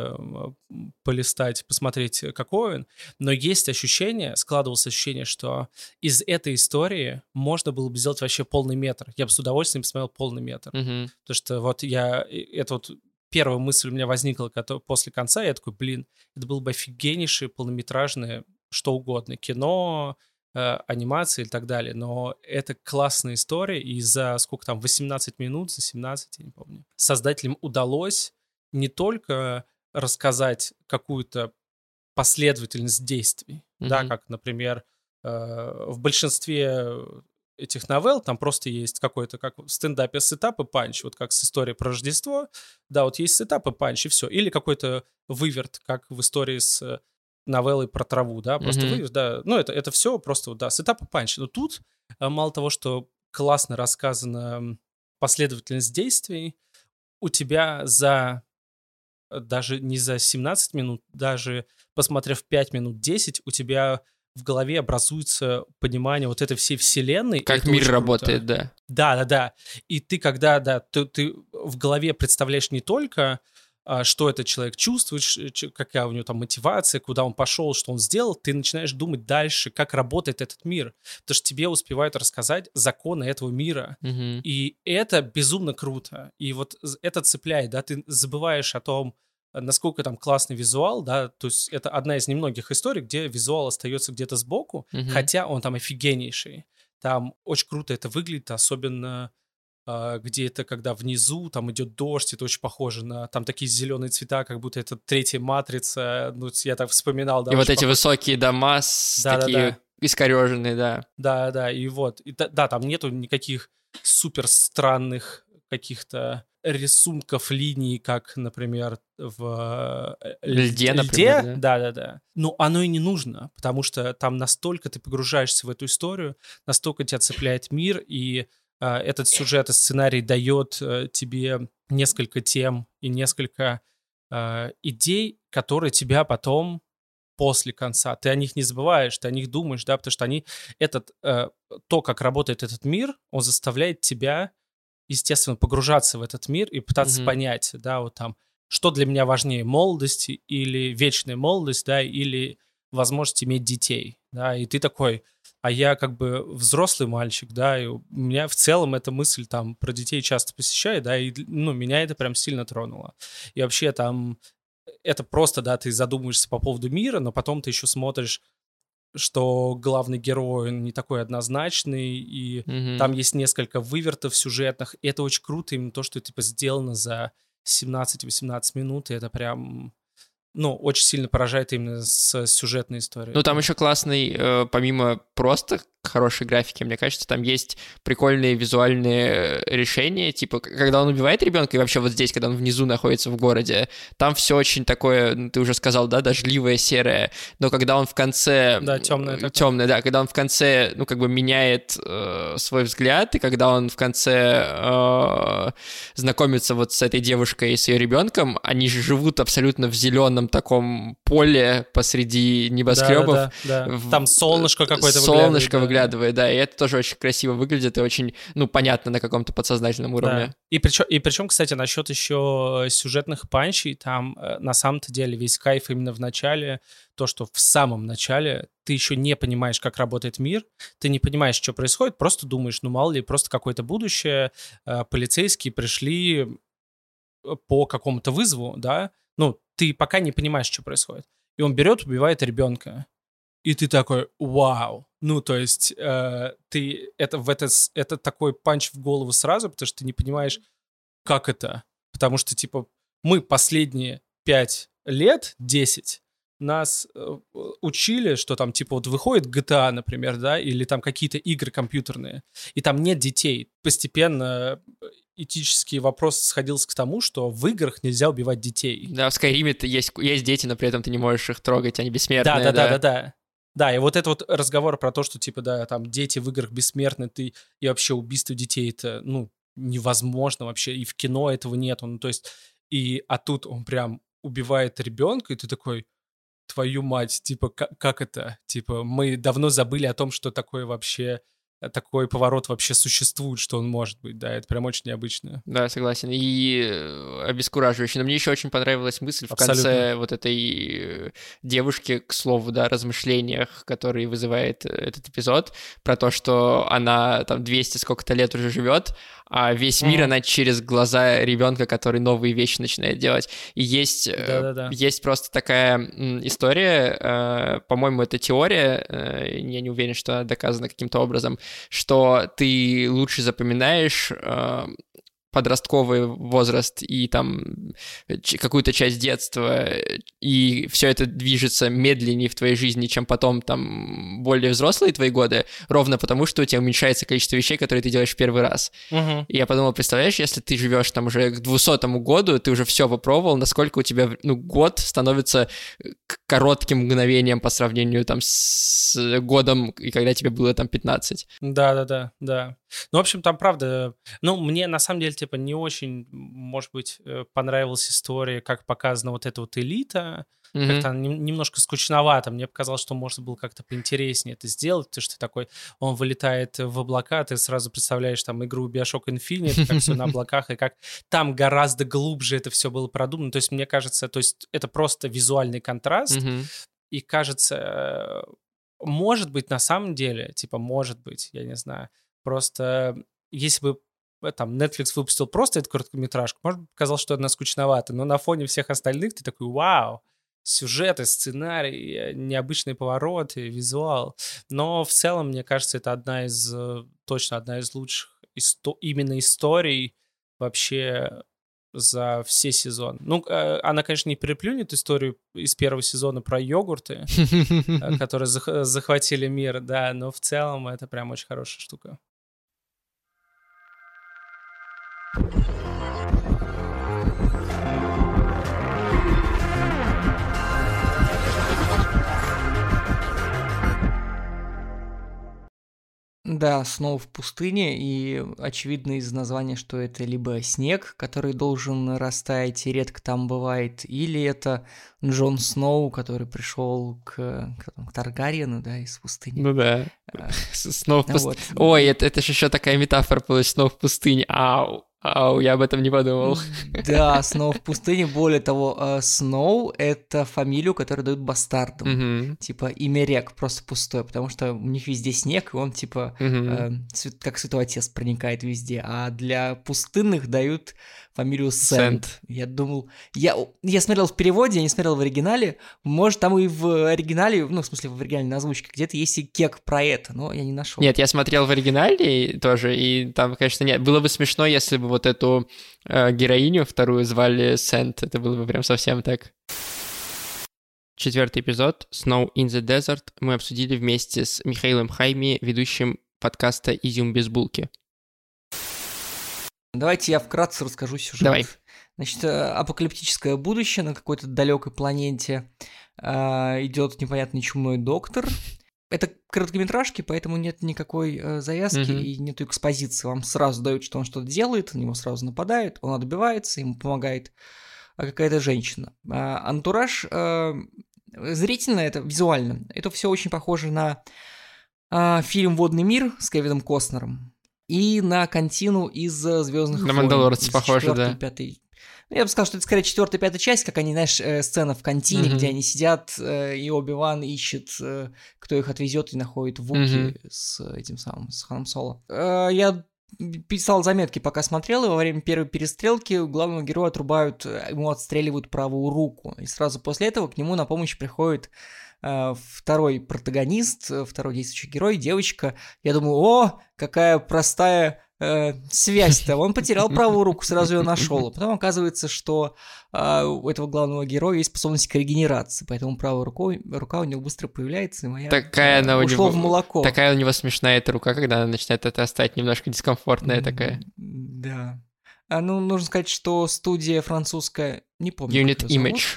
м, полистать, посмотреть, э, какой он. Но есть ощущение, складывалось ощущение, что из этой истории можно было бы сделать вообще полный метр. Я бы с удовольствием посмотрел полный метр. Мгм. Потому что вот я... и Это вот первая мысль у меня возникла кото- после конца. Я такой, блин, это было бы офигеннейшее полнометражное что угодно. Кино, э, анимация и так далее. Но это классная история. И за сколько там, восемнадцать минут, за семнадцать, я не помню, создателям удалось не только рассказать какую-то последовательность действий, да, Мгм. как, например, э, в большинстве этих новелл там просто есть какой-то, как в стендапе, сетап и панч, вот как с историей про Рождество, да, вот есть сетап и панч, и все. Или какой-то выверт, как в истории с э, новеллой про траву, да, просто Мгм. выверт, да, ну, это, это все просто, вот, да, сетап и панч. Но тут э, мало того, что классно рассказана м, последовательность действий, у тебя за э, даже не за семнадцать минут, даже посмотрев пять минут, десять, у тебя в голове образуется понимание вот этой всей вселенной. и Как это мир очень круто. работает, да. Да, да, да. И ты когда, да, ты, ты в голове представляешь не только, а, что этот человек чувствует, ш- ч- какая у него там мотивация, куда он пошел, что он сделал, ты начинаешь думать дальше, как работает этот мир. Потому что тебе успевают рассказать законы этого мира. Мгм. И это безумно круто. И вот з- это цепляет, да, ты забываешь о том, э, насколько там классный визуал, да, то есть это одна из немногих историй, где визуал остается где-то сбоку, Мгм. хотя он там офигеннейший. Там очень круто это выглядит, особенно а, где это, когда внизу там идет дождь, это очень похоже на там такие зеленые цвета, как будто это третья матрица. Ну, я так вспоминал, да. И вот очень эти похоже. высокие дома с Да-да-да. такие искореженные, да. Да, да, и вот. И да, да, там нету никаких супер странных каких-то рисунков линий, как, например, в э, Льде, например, да? Да, да, да. Ну, оно и не нужно, потому что там настолько ты погружаешься в эту историю, настолько тебя цепляет мир, и э, этот сюжет и сценарий дает э, тебе несколько тем и несколько э, идей, которые тебя потом после конца. Ты о них не забываешь, ты о них думаешь, да, потому что они, этот, э, то, как работает этот мир, он заставляет тебя, естественно, погружаться в этот мир и пытаться Мгм. понять, да, вот там, что для меня важнее, молодость или вечная молодость, да, или возможность иметь детей, да, и ты такой, а я как бы взрослый мальчик, да, и у меня в целом эта мысль там про детей часто посещает, да, и, ну, меня это прям сильно тронуло. И вообще там это просто, да, ты задумываешься по поводу мира, но потом ты еще смотришь, что главный герой, он не такой однозначный, и Мгм. там есть несколько вывертов сюжетных, и это очень круто, именно то, что типа сделано за семнадцать-восемнадцать минут, и это прям, ну, очень сильно поражает именно с сюжетной историей. Ну, там еще классный, э, помимо просто хорошей графики, мне кажется, там есть прикольные визуальные решения, типа, к- когда он убивает ребенка, и вообще вот здесь, когда он внизу находится в городе, там все очень такое, ну, ты уже сказал, да, дождливое, серое, но когда он в конце... Да, тёмное такое. Темное, да, когда он в конце, ну, как бы меняет э, свой взгляд, и когда он в конце э, знакомится вот с этой девушкой и с ее ребенком, они же живут абсолютно в зеленом таком поле посреди небоскребов. Да, да, да. В- Там солнышко какое-то Солнышко выглядывает, да. выглядывает, да, и это тоже очень красиво выглядит и очень, ну, понятно на каком-то подсознательном уровне. Да. И причем, и причем, кстати, насчет еще сюжетных панчей, там э, на самом-то деле весь кайф именно в начале, то, что в самом начале ты еще не понимаешь, как работает мир, ты не понимаешь, что происходит, просто думаешь, ну, мало ли, просто какое-то будущее, э, полицейские пришли по какому-то вызову, да, ну, ты пока не понимаешь, что происходит. И он берет, убивает ребенка. И ты такой, вау. Ну, то есть, э, ты это, в это, с- это такой панч в голову сразу, потому что ты не понимаешь, как это. Потому что, типа, мы последние пять лет, десять, нас э, учили, что там, типа, вот выходит джи ти эй, например, да, или там какие-то игры компьютерные, и там нет детей. Постепенно э, этический вопрос сходился к тому, что в играх нельзя убивать детей. Да, в Скайриме есть, есть дети, но при этом ты не можешь их трогать, они бессмертные. Да, да, да, да, да. Да, и вот это вот разговор про то, что, типа, да, там, дети в играх бессмертны, ты, и вообще убийство детей, это, ну, невозможно вообще, и в кино этого нету, ну, то есть, и, а тут он прям убивает ребенка, и ты такой, твою мать, типа, как, как это? Типа, мы давно забыли о том, что такое вообще, такой поворот вообще существует, что он может быть, да, это прям очень необычно. Да, согласен. И э, обескураживающе. Но мне еще очень понравилась мысль в Абсолютно. конце вот этой э, девушки, к слову, да, размышлениях, которые вызывает э, этот эпизод, про то, что она там двести сколько-то лет уже живет, а весь мир Мгм. она через глаза ребенка, который новые вещи начинает делать. И есть, э, Да-да-да. есть просто такая м, история, э, по-моему, это теория, э, я не уверен, что она доказана каким-то образом, что ты лучше запоминаешь э, подростковый возраст и там ч- какую-то часть детства, э, и все это движется медленнее в твоей жизни, чем потом там более взрослые твои годы, ровно потому, что у тебя уменьшается количество вещей, которые ты делаешь в первый раз. Мгм. И я подумал, представляешь, если ты живешь там уже к двухсотому году, ты уже все попробовал, насколько у тебя, ну, год становится к- коротким мгновением по сравнению там с годом, и когда тебе было там пятнадцать. Да-да-да, да. Ну, в общем, там правда... Ну, мне на самом деле, типа, не очень, может быть, э, понравилась история, как показана вот эта вот элита. Мгм. Как-то она нем- немножко скучновато. Мне показалось, что можно было как-то поинтереснее это сделать, потому что ты такой, он вылетает в облака, ты сразу представляешь там игру Bioshock Infinite, как все на облаках, и как там гораздо глубже это все было продумано. То есть, мне кажется, то есть это просто визуальный контраст, Мгм. и кажется, э, может быть, на самом деле, типа, может быть, я не знаю, просто если бы э, там Netflix выпустил просто эту короткометражку, может быть, показалось, что она скучновата, но на фоне всех остальных ты такой, вау, сюжеты, сценарий, э, необычные повороты, визуал. Но в целом, мне кажется, это одна из, э, точно одна из лучших исто- именно историй вообще за все сезоны. Ну, э, она, конечно, не переплюнет историю из первого сезона про йогурты, э, которые зах- захватили мир, да, но в целом это прям очень хорошая штука. Да, снова в пустыне, и очевидно из названия, что это либо снег, который должен растаять и редко там бывает, или это Джон Сноу, который пришел к, к Таргариену, да, из пустыни. Ну да. А, Снова в пустыне. вот. Ой, это, это же еще такая метафора получилась, снова в пустыне. Ау. Ау, я об этом не подумал. Да, Сноу в пустыне. Более того, Сноу — это фамилию, которую дают бастардам. Мгм. Типа имя рек просто пустое, потому что у них везде снег, и он типа Мгм. э, свят- как святой отец проникает везде. А для пустынных дают фамилию Сент. Сент. Я думал... Я, я смотрел в переводе, я не смотрел в оригинале. Может, там и в оригинале, ну, в смысле, в оригинальной озвучке, где-то есть и кек про это, но я не нашел. Нет, я смотрел в оригинале тоже, и там, конечно, нет. Было бы смешно, если бы вот эту э, героиню вторую звали Сент. Это было бы прям совсем так. Четвертый эпизод Snow in the Desert мы обсудили вместе с Михаилом Хайми, ведущим подкаста «Изюм без булки». Давайте я вкратце расскажу сюжет. Давай. Значит, э, апокалиптическое будущее на какой-то далекой планете. э, идет непонятный чумной доктор. Это короткометражки, поэтому нет никакой э, завязки Мгм. и нету экспозиции. Вам сразу дают, что он что-то делает, на него сразу нападают, он отбивается, ему помогает э, какая-то женщина. А антураж э, зрительно, это визуально, это все очень похоже на э, фильм «Водный мир» с Кевином Костнером и на картину из «Звездных На войн». «Мандалорца» из похоже, четвёртой, да. пятой. Ну, я бы сказал, что это скорее четвертая, пятая часть, как они, знаешь, э, сцена в кантине, Мгм. где они сидят, э, и Оби-Ван ищет, э, кто их отвезет, и находит Вуки Мгм. с этим самым, с Ханом Соло. Э, я писал заметки, пока смотрел, и во время первой перестрелки главного героя отрубают, э, ему отстреливают правую руку. И сразу после этого к нему на помощь приходит э, второй протагонист, э, второй действующий герой, девочка. Я думаю, о, какая простая э, связь-то. Он потерял правую руку, сразу ее нашел. А потом оказывается, что э, у этого главного героя есть способность к регенерации, поэтому правая рука, рука у него быстро появляется, и моя Такая э, она у ушло него- в молоко. Такая у него смешная эта рука, когда она начинает это стать немножко дискомфортная М, такая. Да. А, ну, нужно сказать, что студия французская, не помню, Unit как её зовут. Image.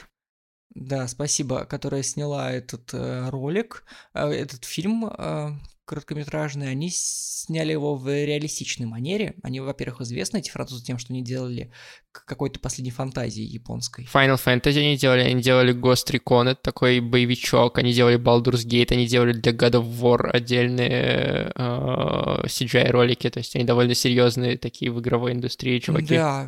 Да, спасибо, которая сняла этот э, ролик, э, этот фильм э, короткометражный. Они сняли его в реалистичной манере. Они, во-первых, известны, эти французы, тем, что они делали к какой-то последней фантазии японской. Final Fantasy они делали, они делали Ghost Recon, это такой боевичок, они делали Baldur's Gate, они делали для God of War отдельные э, си джи ай-ролики, то есть они довольно серьезные такие в игровой индустрии чуваки. Да,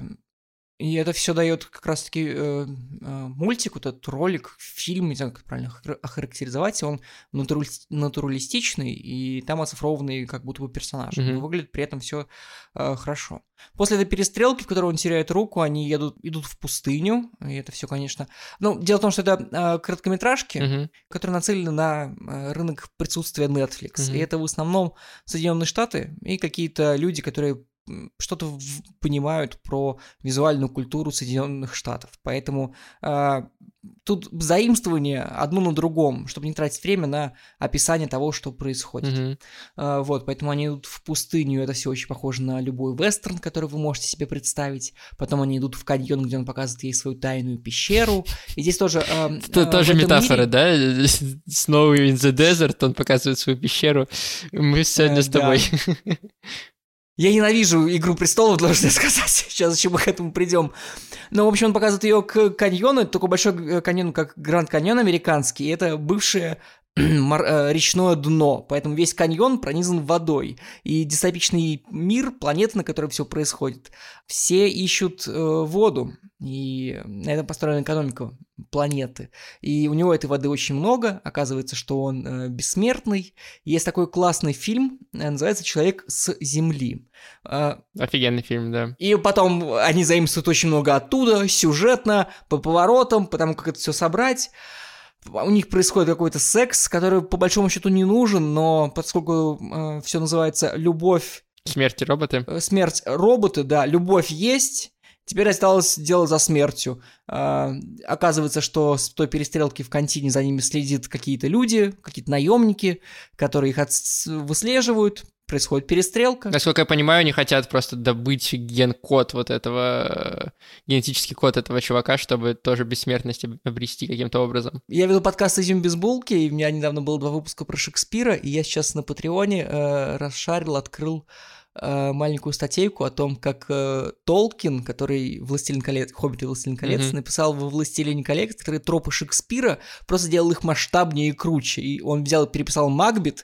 и это все дает как раз-таки э, э, мультик, вот этот ролик, фильм, не знаю, как правильно охар- охарактеризовать, он натурали- натуралистичный, и там оцифрованный как будто бы персонаж. Мгм. Но выглядит при этом все хорошо. После этой перестрелки, в которой он теряет руку, они едут, идут в пустыню, и это все, конечно... Ну, дело в том, что это э, короткометражки, Мгм. которые нацелены на э, рынок присутствия Netflix. Мгм. И это в основном Соединенные Штаты и какие-то люди, которые м, что-то в- понимают про визуальную культуру Соединенных Штатов. Поэтому э, тут заимствование одно на другом, чтобы не тратить время на описание того, что происходит. Мгм. А, вот, поэтому они идут в пустыню, это все очень похоже на любой вестерн, который вы можете себе представить. Потом они идут в каньон, где он показывает ей свою тайную пещеру. И здесь тоже... а, Это а, тоже в этом метафора, мире- да? Snow in the Desert, он показывает свою пещеру. Мы сегодня Э, с тобой. Я ненавижу «Игру престолов», должен я сказать. Сейчас еще мы к этому придем. Но, в общем, он показывает ее к каньону. Это такой большой э, каньон, как Гранд Каньон американский. И это бывшее мор- э, речное дно. Поэтому весь каньон пронизан водой. И дистопичный мир, планета, на которой все происходит, все ищут э, воду. И на этом построена экономика планеты. И у него этой воды очень много. Оказывается, что он э, бессмертный. Есть такой классный фильм, э, называется «Человек с Земли». Э, Офигенный фильм, да. и потом они заимствуют очень много оттуда, сюжетно, по поворотам, потому как это все собрать. У них происходит какой-то секс, который по большому счету не нужен, но поскольку э, все называется «Любовь, Смерти роботы. э, смерть, роботы», да, любовь есть. Теперь осталось дело за смертью. А, оказывается, что с той перестрелки в кантине за ними следят какие-то люди, какие-то наемники, которые их отс- выслеживают, происходит перестрелка. Насколько я понимаю, они хотят просто добыть ген-код вот этого, генетический код этого чувака, чтобы тоже бессмертность обрести каким-то образом. Я веду подкаст «Изюм без булки», и у меня недавно было два выпуска про Шекспира, и я сейчас на Патреоне э, расшарил, открыл э, маленькую статейку о том, как э, Толкин, который «Властелин колец», «Хоббит» и «Властелин колец», mm-hmm. написал во «Властелине колец», которые тропы Шекспира, просто делал их масштабнее и круче. И он взял и переписал Макбет,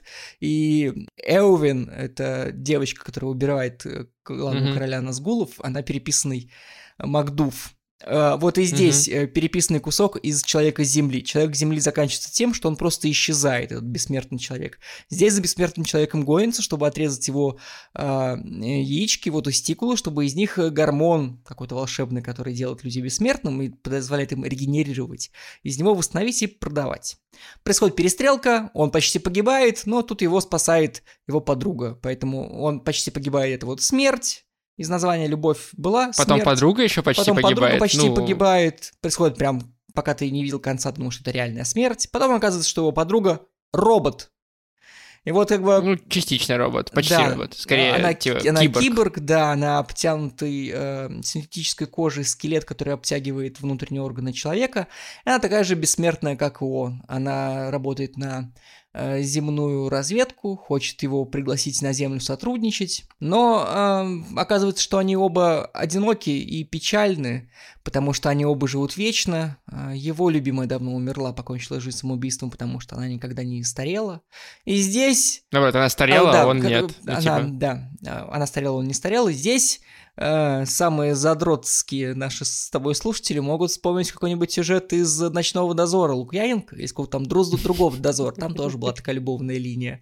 и Эовин, это девочка, которая убирает главного mm-hmm. короля Назгулов, она переписанный Макдув. Вот и здесь mm-hmm. переписанный кусок из «Человека с Земли». «Человек с Земли» заканчивается тем, что он просто исчезает, этот бессмертный человек. Здесь за бессмертным человеком гонится, чтобы отрезать его э, яички, его тестикулы, чтобы из них гормон какой-то волшебный, который делает людей бессмертным и позволяет им регенерировать, из него восстановить и продавать. Происходит перестрелка, он почти погибает, но тут его спасает его подруга, поэтому он почти погибает, это вот смерть. Из названия «Любовь» была Потом смерть. подруга еще почти Потом погибает. Потом подруга почти ну... погибает. Происходит прям, пока ты не видел конца, думал, что это реальная смерть. Потом оказывается, что его подруга — робот. И вот как бы... Ну, частично робот, почти да, робот. Скорее, она, типа, она киборг. киборг, да, она обтянутый э, синтетической кожей скелет, который обтягивает внутренние органы человека. И она такая же бессмертная, как и он. Она работает на э, земную разведку, хочет его пригласить на Землю сотрудничать. Но э, оказывается, что они оба одиноки и печальны, потому что они оба живут вечно. Его любимая давно умерла, покончила жизнь самоубийством, потому что она никогда не старела. И здесь... Ну вот, она старела, а да, он нет. Она, ну, типа... Да, она старела, он не старел. И здесь э, самые задротские наши с тобой слушатели могут вспомнить какой-нибудь сюжет из «Ночного дозора» Лукьяненко, из какого-то там другого дозора. Там тоже была такая любовная линия.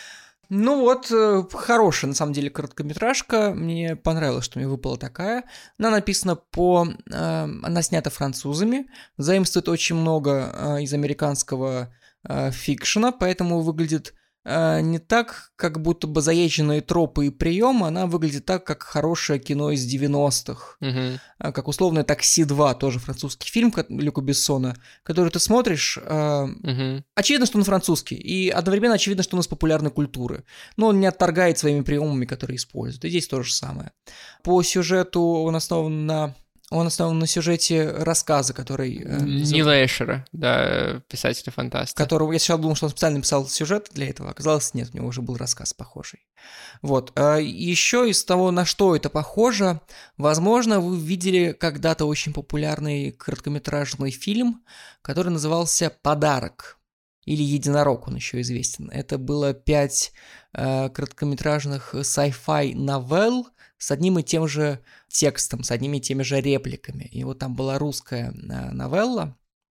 Ну вот, хорошая, на самом деле, короткометражка. Мне понравилось, что мне выпала такая. Она написана по... Э, она снята французами. Заимствует очень много э, из американского э, фикшена, поэтому выглядит э, не так, как будто бы заезженные тропы и приемы. Она выглядит так, как хорошее кино из девяностых. Угу. Как условное «Такси два», тоже французский фильм Люка Бессона, который ты смотришь, э, угу. очевидно, что он французский, и одновременно очевидно, что он из популярной культуры, но он не отторгает своими приемами, которые используют, и здесь то же самое. По сюжету он основан на... Он основан на сюжете рассказа, который... Э, Нила Эшера, да, писателя-фантаста. Которого я сначала думал, что он специально писал сюжет для этого, оказалось, нет, у него уже был рассказ похожий. Вот. Еще из того, на что это похоже, возможно, вы видели когда-то очень популярный короткометражный фильм, который назывался «Подарок». Или «Единорог», он еще известен. Это было пять э, короткометражных sci-fi новелл с одним и тем же текстом, с одними и теми же репликами. И вот там была русская э, новелла,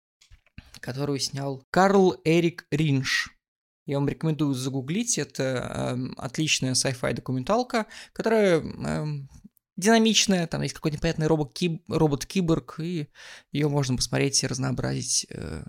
которую снял Карл Эрик Ринш. Я вам рекомендую загуглить. Это э, отличная sci-fi документалка, которая... Э, динамичная, там есть какой-то непонятный робот-киб- робот-киборг, и ее можно посмотреть и разнообразить... Э,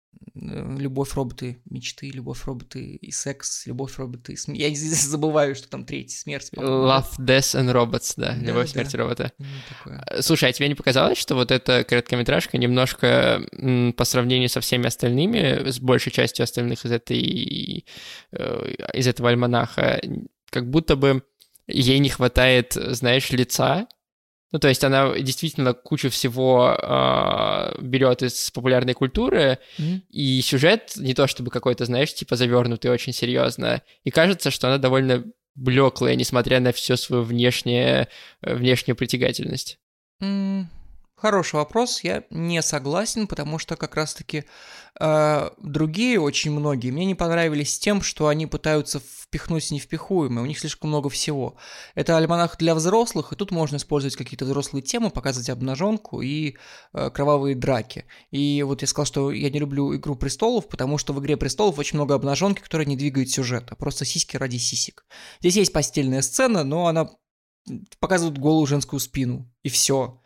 любовь, роботы, мечты, любовь, роботы и секс, любовь, роботы и смерть. Я забываю, что там третий, смерть. Love, Death and Robots, да, да любовь, да. смерть, робота. Ну, слушай, а тебе не показалось, что вот эта короткометражка немножко м, по сравнению со всеми остальными, с большей частью остальных из этой э, из этого альманаха, как будто бы ей не хватает, знаешь, лица? Ну, то есть она действительно кучу всего э, берет из популярной культуры, mm-hmm. и сюжет не то чтобы какой-то, знаешь, типа завернутый очень серьезно. И кажется, что она довольно блеклая, несмотря на всю свою внешнюю, внешнюю притягательность. Mm. Хороший вопрос, я не согласен, потому что как раз-таки э, другие, очень многие, мне не понравились тем, что они пытаются впихнуть невпихуемое, у них слишком много всего. Это альманах для взрослых, и тут можно использовать какие-то взрослые темы, показывать обнаженку и э, кровавые драки. И вот я сказал, что я не люблю «Игру престолов», потому что в «Игре престолов» очень много обнаженки, которая не двигает сюжет, а просто сиськи ради сисек. Здесь есть постельная сцена, но она показывает голую женскую спину, и все.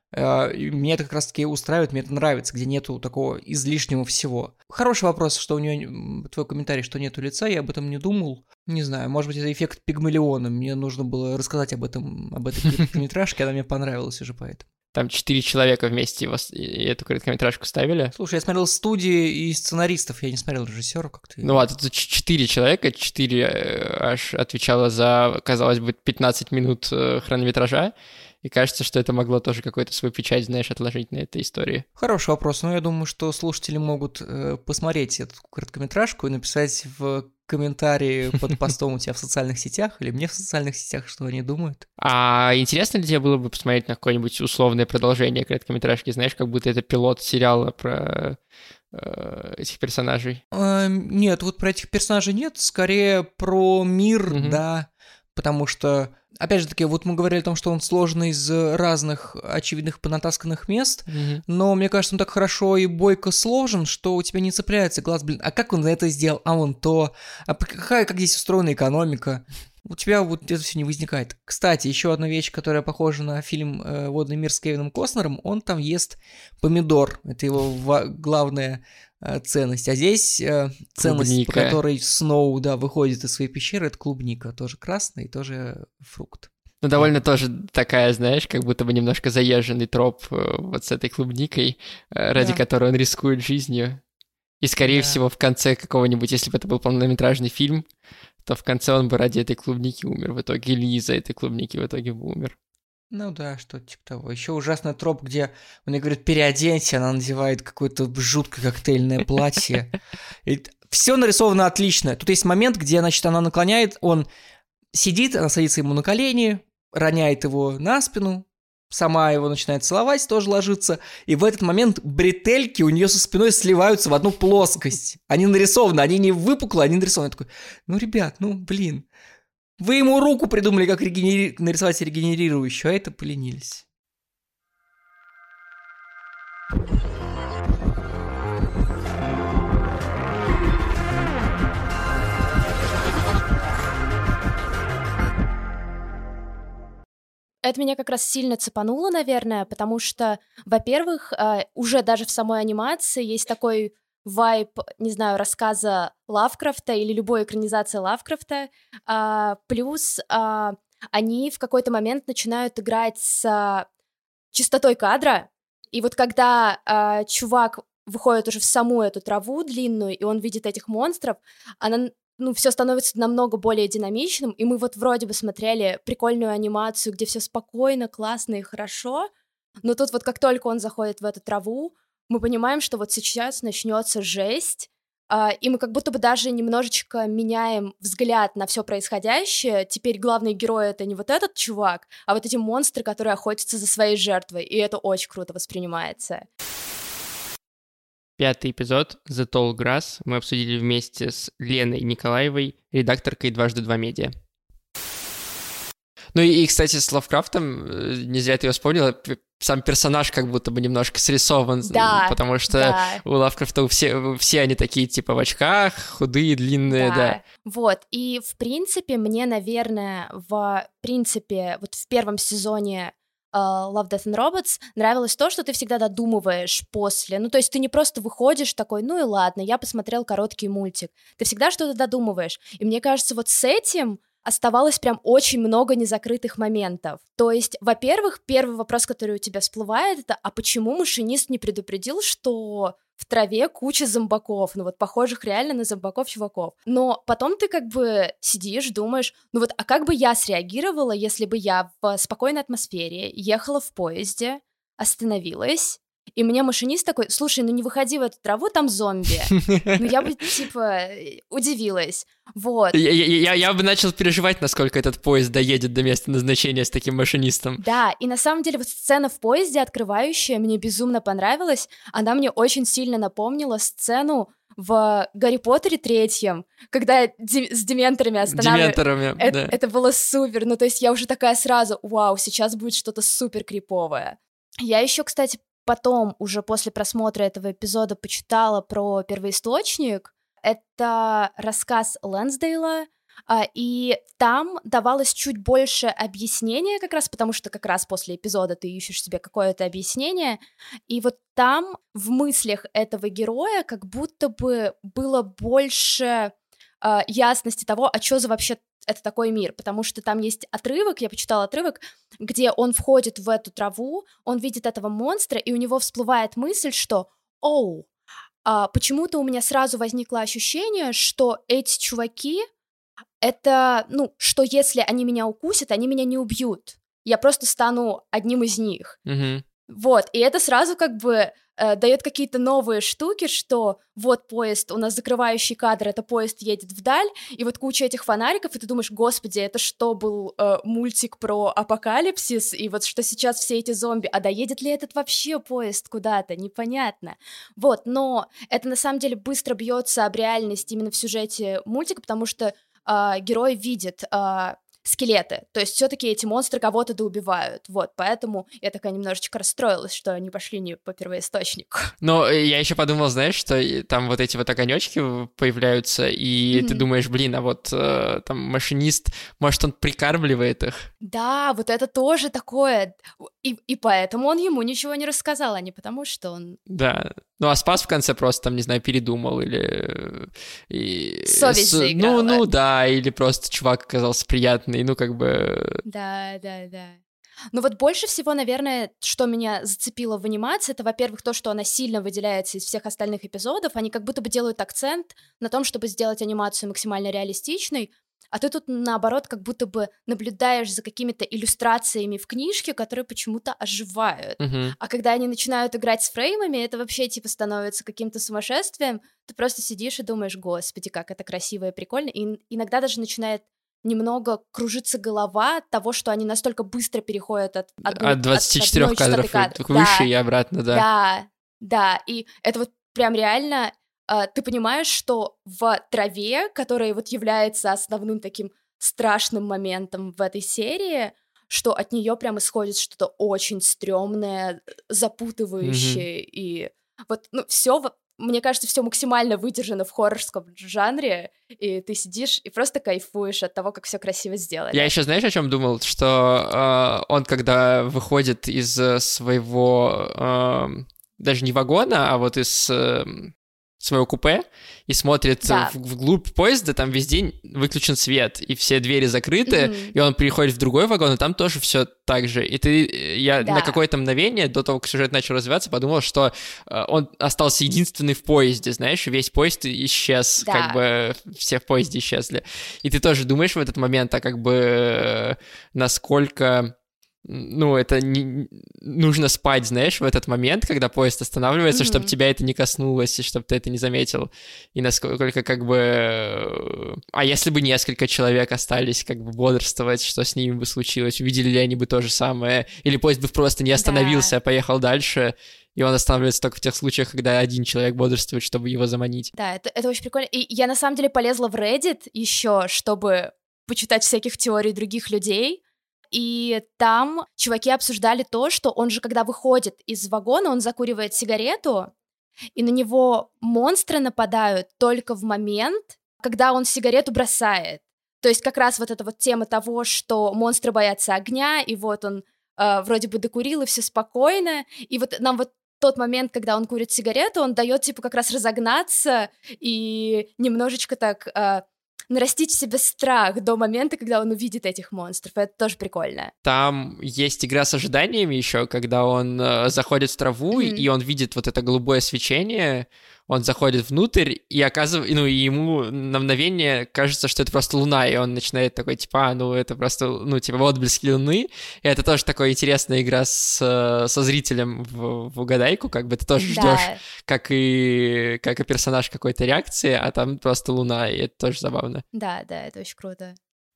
И меня это как раз-таки устраивает, мне это нравится, где нету такого излишнего всего. Хороший вопрос, что у нее, твой комментарий, что нету лица, я об этом не думал. Не знаю, может быть, это эффект Пигмалиона, мне нужно было рассказать об этом, об этой короткометражке, она мне понравилась уже поэтому. Там четыре человека вместе его, с- и эту короткометражку ставили. Слушай, я смотрел студии и сценаристов, я не смотрел режиссера, как ты. Ну ладно, тут ч- четыре человека, четыре э, аж отвечало за, казалось бы, пятнадцать минут э, хронометража, и кажется, что это могло тоже какой-то свой печать, знаешь, отложить на этой истории. Хороший вопрос, но я думаю, что слушатели могут э, посмотреть эту короткометражку и написать в комментарии под постом у тебя в социальных сетях или мне в социальных сетях, что они думают. А интересно ли тебе было бы посмотреть на какое-нибудь условное продолжение короткометражки, знаешь, как будто это пилот сериала про э, этих персонажей? Э, нет, вот про этих персонажей нет, скорее про мир, Мгм. да, потому что, опять же таки, вот мы говорили о том, что он сложный из разных очевидных понатасканных мест, но мне кажется, он так хорошо и бойко сложен, что у тебя не цепляется глаз, блин, а как он это сделал, а он то, а п- какая, как здесь устроена экономика, у тебя вот это все не возникает. Кстати, еще одна вещь, которая похожа на фильм э, «Водный мир» с Кевином Костнером, он там ест помидор, это его ва- главная э, ценность, а здесь э, ценность, по Клубника. которой Сноу, да, выходит из своей пещеры, это клубника, тоже красный, тоже фрукт. Ну, довольно тоже такая, знаешь, как будто бы немножко заезженный троп э, вот с этой клубникой, э, ради Да. которой он рискует жизнью. И, скорее Да. всего, в конце какого-нибудь, если бы это был полнометражный фильм, то в конце он бы ради этой клубники умер в итоге, или из-за этой клубники в итоге бы умер. Ну да, что-то типа того. Еще ужасный троп, где он ей говорит, переоденься, она надевает какое-то жуткое коктейльное платье. Все нарисовано отлично. Тут есть момент, где, значит, она наклоняет, он сидит, она садится ему на колени, роняет его на спину, сама его начинает целовать, тоже ложится, и в этот момент бретельки у нее со спиной сливаются в одну плоскость. Они нарисованы, они не выпуклые, они нарисованы. Я такой, ну, ребят, ну, блин, вы ему руку придумали, как регенери- нарисовать регенерирующую, а это поленились. Это меня как раз сильно цепануло, наверное, потому что, во-первых, а, уже даже в самой анимации есть такой вайб, не знаю, рассказа Лавкрафта или любой экранизации Лавкрафта, а, плюс а, они в какой-то момент начинают играть с а, частотой кадра, и вот когда а, чувак выходит уже в саму эту траву длинную, и он видит этих монстров, она ну, все становится намного более динамичным, и мы вот вроде бы смотрели прикольную анимацию, где все спокойно, классно и хорошо, но тут вот как только он заходит в эту траву, мы понимаем, что вот сейчас начнется жесть, а, и мы как будто бы даже немножечко меняем взгляд на все происходящее. Теперь главный герой — это не вот этот чувак, а вот эти монстры, которые охотятся за своей жертвой, и это очень круто воспринимается. Пятый эпизод «The Tall Grass» мы обсудили вместе с Леной Николаевой, редакторкой «Дважды два медиа». Ну и, и, кстати, с Лавкрафтом, э, не зря ты его вспомнила, п- сам персонаж как будто бы немножко срисован, Да, потому что да. у Лавкрафта у все, у- все они такие типа в очках, худые, длинные, да. Вот, и в принципе, мне, наверное, в принципе, вот в первом сезоне э, Love, Death and Robots нравилось то, что ты всегда додумываешь после, ну, то есть ты не просто выходишь такой, ну и ладно, я посмотрел короткий мультик, ты всегда что-то додумываешь, и мне кажется, вот с этим оставалось прям очень много незакрытых моментов. То есть, во-первых, первый вопрос, который у тебя всплывает, это, а почему машинист не предупредил, что в траве куча зомбаков, ну вот похожих реально на зомбаков-чуваков. Но потом ты как бы сидишь, думаешь, ну вот, а как бы я среагировала, если бы я в спокойной атмосфере ехала в поезде, остановилась, и мне машинист такой, слушай, ну не выходи в эту траву, там зомби. Ну я бы, типа, удивилась. Вот. Я, я- я- я бы начал переживать, насколько этот поезд доедет до места назначения с таким машинистом. Да, и на самом деле вот сцена в поезде, открывающая, мне безумно понравилась. Она мне очень сильно напомнила сцену в «Гарри Поттере» третьем, когда Ди- с дементорами останавливают. Дементорами, Это, да. это было супер. Ну, то есть я уже такая сразу, вау, сейчас будет что-то супер криповое. Я еще, кстати, потом, уже после просмотра этого эпизода, почитала про первоисточник. Это рассказ Лэнсдейла, а, и там давалось чуть больше объяснения как раз, потому что как раз после эпизода ты ищешь себе какое-то объяснение, и вот там в мыслях этого героя как будто бы было больше а, ясности того, а что за вообще это такой мир, потому что там есть отрывок, я почитала отрывок, где он входит в эту траву, он видит этого монстра, и у него всплывает мысль, что «Оу, а почему-то у меня сразу возникло ощущение, что эти чуваки, это, ну, что если они меня укусят, они меня не убьют, я просто стану одним из них». Мгм. Вот, и это сразу как бы э, дает какие-то новые штуки, что вот поезд, у нас закрывающий кадр, это поезд едет вдаль, и вот куча этих фонариков, и ты думаешь, господи, это что, был э, мультик про апокалипсис, и вот что сейчас все эти зомби, а доедет ли этот вообще поезд куда-то, непонятно. Вот, но это на самом деле быстро бьется об реальность именно в сюжете мультика, потому что э, герой видит... Э, скелеты, то есть все-таки эти монстры кого-то доубивают, вот, поэтому я такая немножечко расстроилась, что они пошли не по первоисточнику. Но я еще подумал, знаешь, что и там вот эти вот огонечки появляются, и Мгм. ты думаешь, блин, а вот э, там машинист, может, он прикармливает их? Да, вот это тоже такое, и, и поэтому он ему ничего не рассказал, а не потому, что он... Да. Ну, а спас в конце просто, там, не знаю, передумал или... И... Совесть с- заиграла. Ну, ну, да, или просто чувак оказался приятный, ну, как бы... Да, да, да. Ну вот больше всего, наверное, что меня зацепило в анимации, это, во-первых, то, что она сильно выделяется из всех остальных эпизодов, они как будто бы делают акцент на том, чтобы сделать анимацию максимально реалистичной, а ты тут, наоборот, как будто бы наблюдаешь за какими-то иллюстрациями в книжке, которые почему-то оживают. Мгм. А когда они начинают играть с фреймами, это вообще, типа, становится каким-то сумасшествием, ты просто сидишь и думаешь, господи, как это красиво и прикольно, и иногда даже начинает немного кружится голова от того, что они настолько быстро переходят от, одной- От двадцати четырёх одной частоты кадров кадров. и- выше Да, и обратно, да. да, да, и это вот прям реально, а, ты понимаешь, что в траве, которая вот является основным таким страшным моментом в этой серии, что от нее прям исходит что-то очень стрёмное, запутывающее, и вот, ну, все, мне кажется, все максимально выдержано в хоррорском жанре, и ты сидишь и просто кайфуешь от того, как все красиво сделали. Я еще, знаешь, о чем думал? Что э, он, когда выходит из э, своего, э, даже не вагона, а вот из э, своего купе и смотрит Да. в- вглубь поезда, там везде выключен свет, и все двери закрыты, Мгм. и он переходит в другой вагон, и там тоже все так же. И ты, я Да. на какое-то мгновение, до того, как сюжет начал развиваться, подумал, что э, он остался единственный в поезде, знаешь, и весь поезд исчез, Да. как бы все в поезде исчезли. И ты тоже думаешь в этот момент, а как бы э, насколько... Ну, это не... нужно спать, знаешь, в этот момент, когда поезд останавливается, Мгм. чтобы тебя это не коснулось, и чтобы ты это не заметил. И насколько как бы... э, А если бы несколько человек остались как бы бодрствовать, что с ними бы случилось? Увидели ли они бы то же самое? Или поезд бы просто не остановился, Да. а поехал дальше, и он останавливается только в тех случаях, когда один человек бодрствует, чтобы его заманить? Да, это, это очень прикольно. И я на самом деле полезла в Reddit еще, чтобы почитать всяких теорий других людей. И там чуваки обсуждали то, что он же, когда выходит из вагона, он закуривает сигарету, и на него монстры нападают только в момент, когда он сигарету бросает. То есть как раз вот эта вот тема того, что монстры боятся огня, и вот он э, вроде бы докурил, и все спокойно. И вот нам вот тот момент, когда он курит сигарету, он дает типа как раз разогнаться и немножечко так... э, нарастить в себе страх до момента, когда он увидит этих монстров. Это тоже прикольно. Там есть игра с ожиданиями еще, когда он э, заходит в траву, Мгм. и он видит вот это голубое свечение, он заходит внутрь, и оказывается, ну, и ему на мгновение кажется, что это просто луна, и он начинает такой, типа, а, ну, это просто, ну, типа, отблески луны, и это тоже такая интересная игра с, э, со зрителем в, в угадайку, как бы ты тоже ждешь, Да, как и, как и персонаж какой-то реакции, а там просто луна, и это тоже забавно. да, да, это очень круто.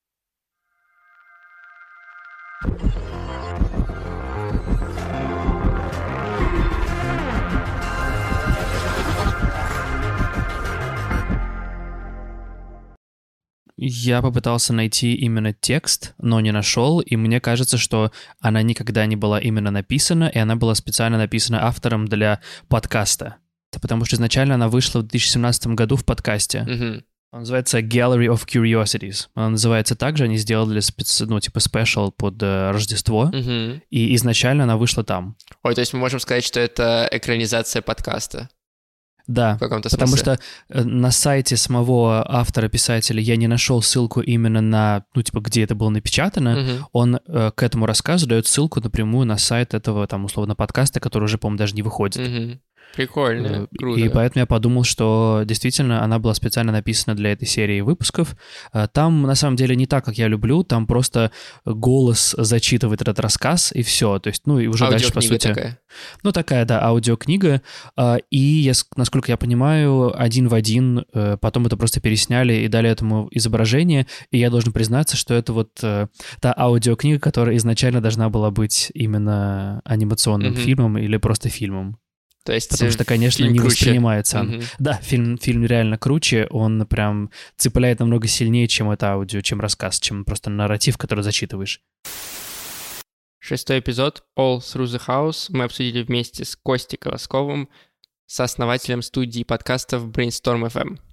Я попытался найти именно текст, но не нашел, и мне кажется, что она никогда не была именно написана, и она была специально написана автором для подкаста. Потому что изначально она вышла в две тысячи семнадцатом году в подкасте. Мгм. Он называется Gallery of Curiosities. Она называется так же, они сделали специ... ну, типа спешл под э, Рождество, Мгм. и изначально она вышла там. Ой, то есть мы можем сказать, что это экранизация подкаста. Да, в каком-то потому смысле. что на сайте самого автора-писателя я не нашел ссылку именно на, ну, типа, где это было напечатано. Мгм. Он э, к этому рассказу дает ссылку напрямую на сайт этого, там, условно, подкаста, который уже, по-моему, даже не выходит. Мгм. Прикольно, Э, круто. И поэтому я подумал, что действительно она была специально написана для этой серии выпусков. Э, Там, на самом деле, не так, как я люблю, там просто голос зачитывает этот рассказ, и все. То есть, ну, и уже дальше, по Аудиокнига сути... такая. Ну, такая, да, аудиокнига. А, И, я с- насколько я понимаю, один в один э, потом это просто пересняли и дали этому изображение. И я должен признаться, что это вот э, та аудиокнига, которая изначально должна была быть именно анимационным Мгм. фильмом или просто фильмом. То есть Потому э, что, конечно, фильм не круче. воспринимается он. Мгм. Да, фильм, фильм реально круче, он прям цепляет намного сильнее, чем это аудио, чем рассказ, чем просто нарратив, который зачитываешь. Шестой эпизод All Through the House мы обсудили вместе с Костей Колосковым, сооснователем студии подкастов Brainstorm эф эм.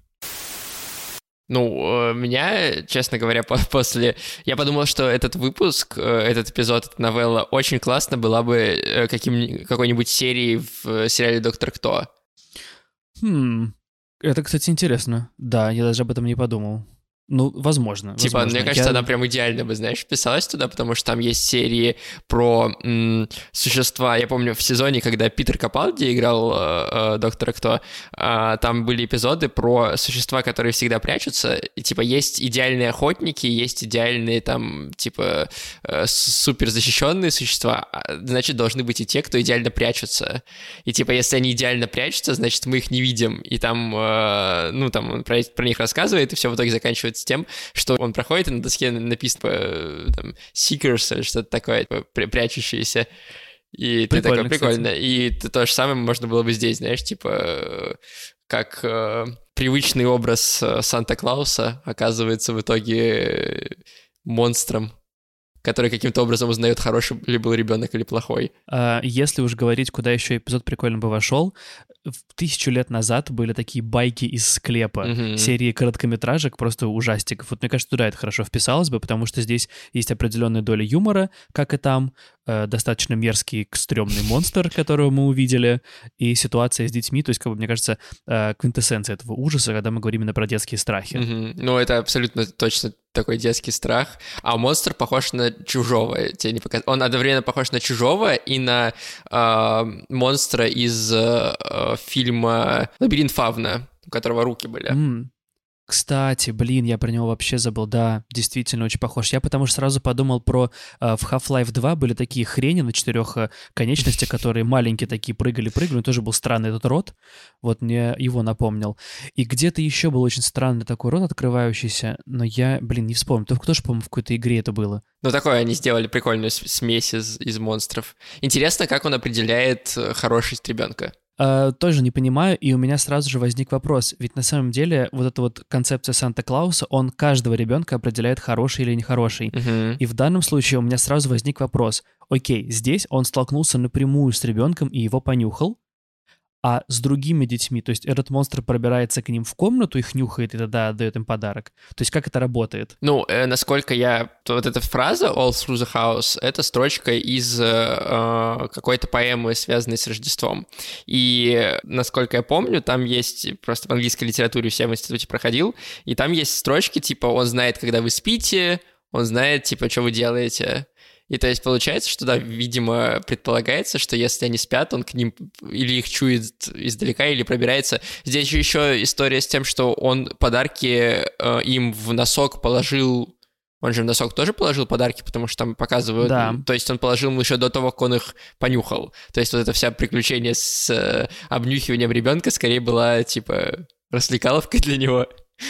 Ну, э, меня, честно говоря, по- после... Я подумал, что этот выпуск, э, этот эпизод, эта новелла очень классно была бы э, каким, какой-нибудь серией в э, сериале «Доктор Кто». Хм, это, кстати, интересно. Да, я даже об этом не подумал. Ну, возможно. Типа, возможно. мне кажется, Я- она прям идеально бы, знаешь, вписалась туда, потому что там есть серии про м, существа. Я помню, в сезоне, когда Питер Капалди играл э, э, Доктора Кто, э, там были эпизоды про существа, которые всегда прячутся. И, типа, есть идеальные охотники, есть идеальные, там, типа, э, супер защищенные существа, а, значит, должны быть и те, кто идеально прячутся. И, типа, если они идеально прячутся, значит, мы их не видим. И там, э, ну, там, он про, про них рассказывает, и все в итоге заканчивается тем, что он проходит, и на доске написано, э, там, Seekers или что-то такое, типа, пря- прячущиеся. И ты Прикольно, такой, прикольно. И т- то же самое можно было бы здесь, знаешь, типа, э, как э, привычный образ э, Санта-Клауса оказывается в итоге э, монстром, который каким-то образом узнает, хороший ли был ребенок или плохой. А, Если уж говорить, куда еще эпизод прикольно бы вошел, в тысячу лет назад были такие байки из склепа, Мгм. серии короткометражек, просто ужастиков. Вот мне кажется, туда это хорошо вписалось бы, потому что здесь есть определенная доля юмора, как и там, э, достаточно мерзкий, стрёмный монстр, которого мы увидели, и ситуация с детьми, то есть, как бы, мне кажется, э, квинтэссенция этого ужаса, когда мы говорим именно про детские страхи. Мгм. Ну, это абсолютно точно такой детский страх. А монстр похож на чужого. Тебе не показ... Он одновременно похож на чужого и на э, монстра из э, э, фильма «Лабиринт Фавна», у которого руки были. М. Кстати, блин, я про него вообще забыл. Да, действительно очень похож. Я потому что сразу подумал про... э, в Half-Life два были такие хрени на четырех э, конечностях, которые маленькие такие прыгали-прыгали. Тоже был странный этот рот. Вот мне его напомнил. И где-то еще был очень странный такой рот открывающийся, но я, блин, не вспомню. Только тоже, по-моему, в какой-то игре это было. Ну, такое они сделали прикольную с- смесь из, из монстров. Интересно, как он определяет э, хорошесть ребенка. Э, тоже не понимаю, и у меня сразу же возник вопрос. Ведь на самом деле вот эта вот концепция Санта-Клауса, он каждого ребенка определяет, хороший или нехороший. Мгм. И в данном случае у меня сразу возник вопрос. Окей, здесь он столкнулся напрямую с ребенком и его понюхал, а с другими детьми, то есть этот монстр пробирается к ним в комнату, их нюхает и тогда отдает им подарок. То есть как это работает? Ну, э, насколько я... То вот эта фраза «all through the house» — это строчка из э, э, какой-то поэмы, связанной с Рождеством. И, э, насколько я помню, там есть... Просто в английской литературе все в институте проходил, и там есть строчки, типа «он знает, когда вы спите», «он знает, типа, что вы делаете». И то есть получается, что, да, видимо, предполагается, что если они спят, он к ним или их чует издалека, или пробирается. Здесь же еще история с тем, что он подарки э, им в носок положил. Он же в носок тоже положил подарки, потому что там показывают... Да. То есть он положил им еще до того, как он их понюхал. То есть вот это вся приключение с э, обнюхиванием ребенка скорее была, типа, развлекаловкой для него.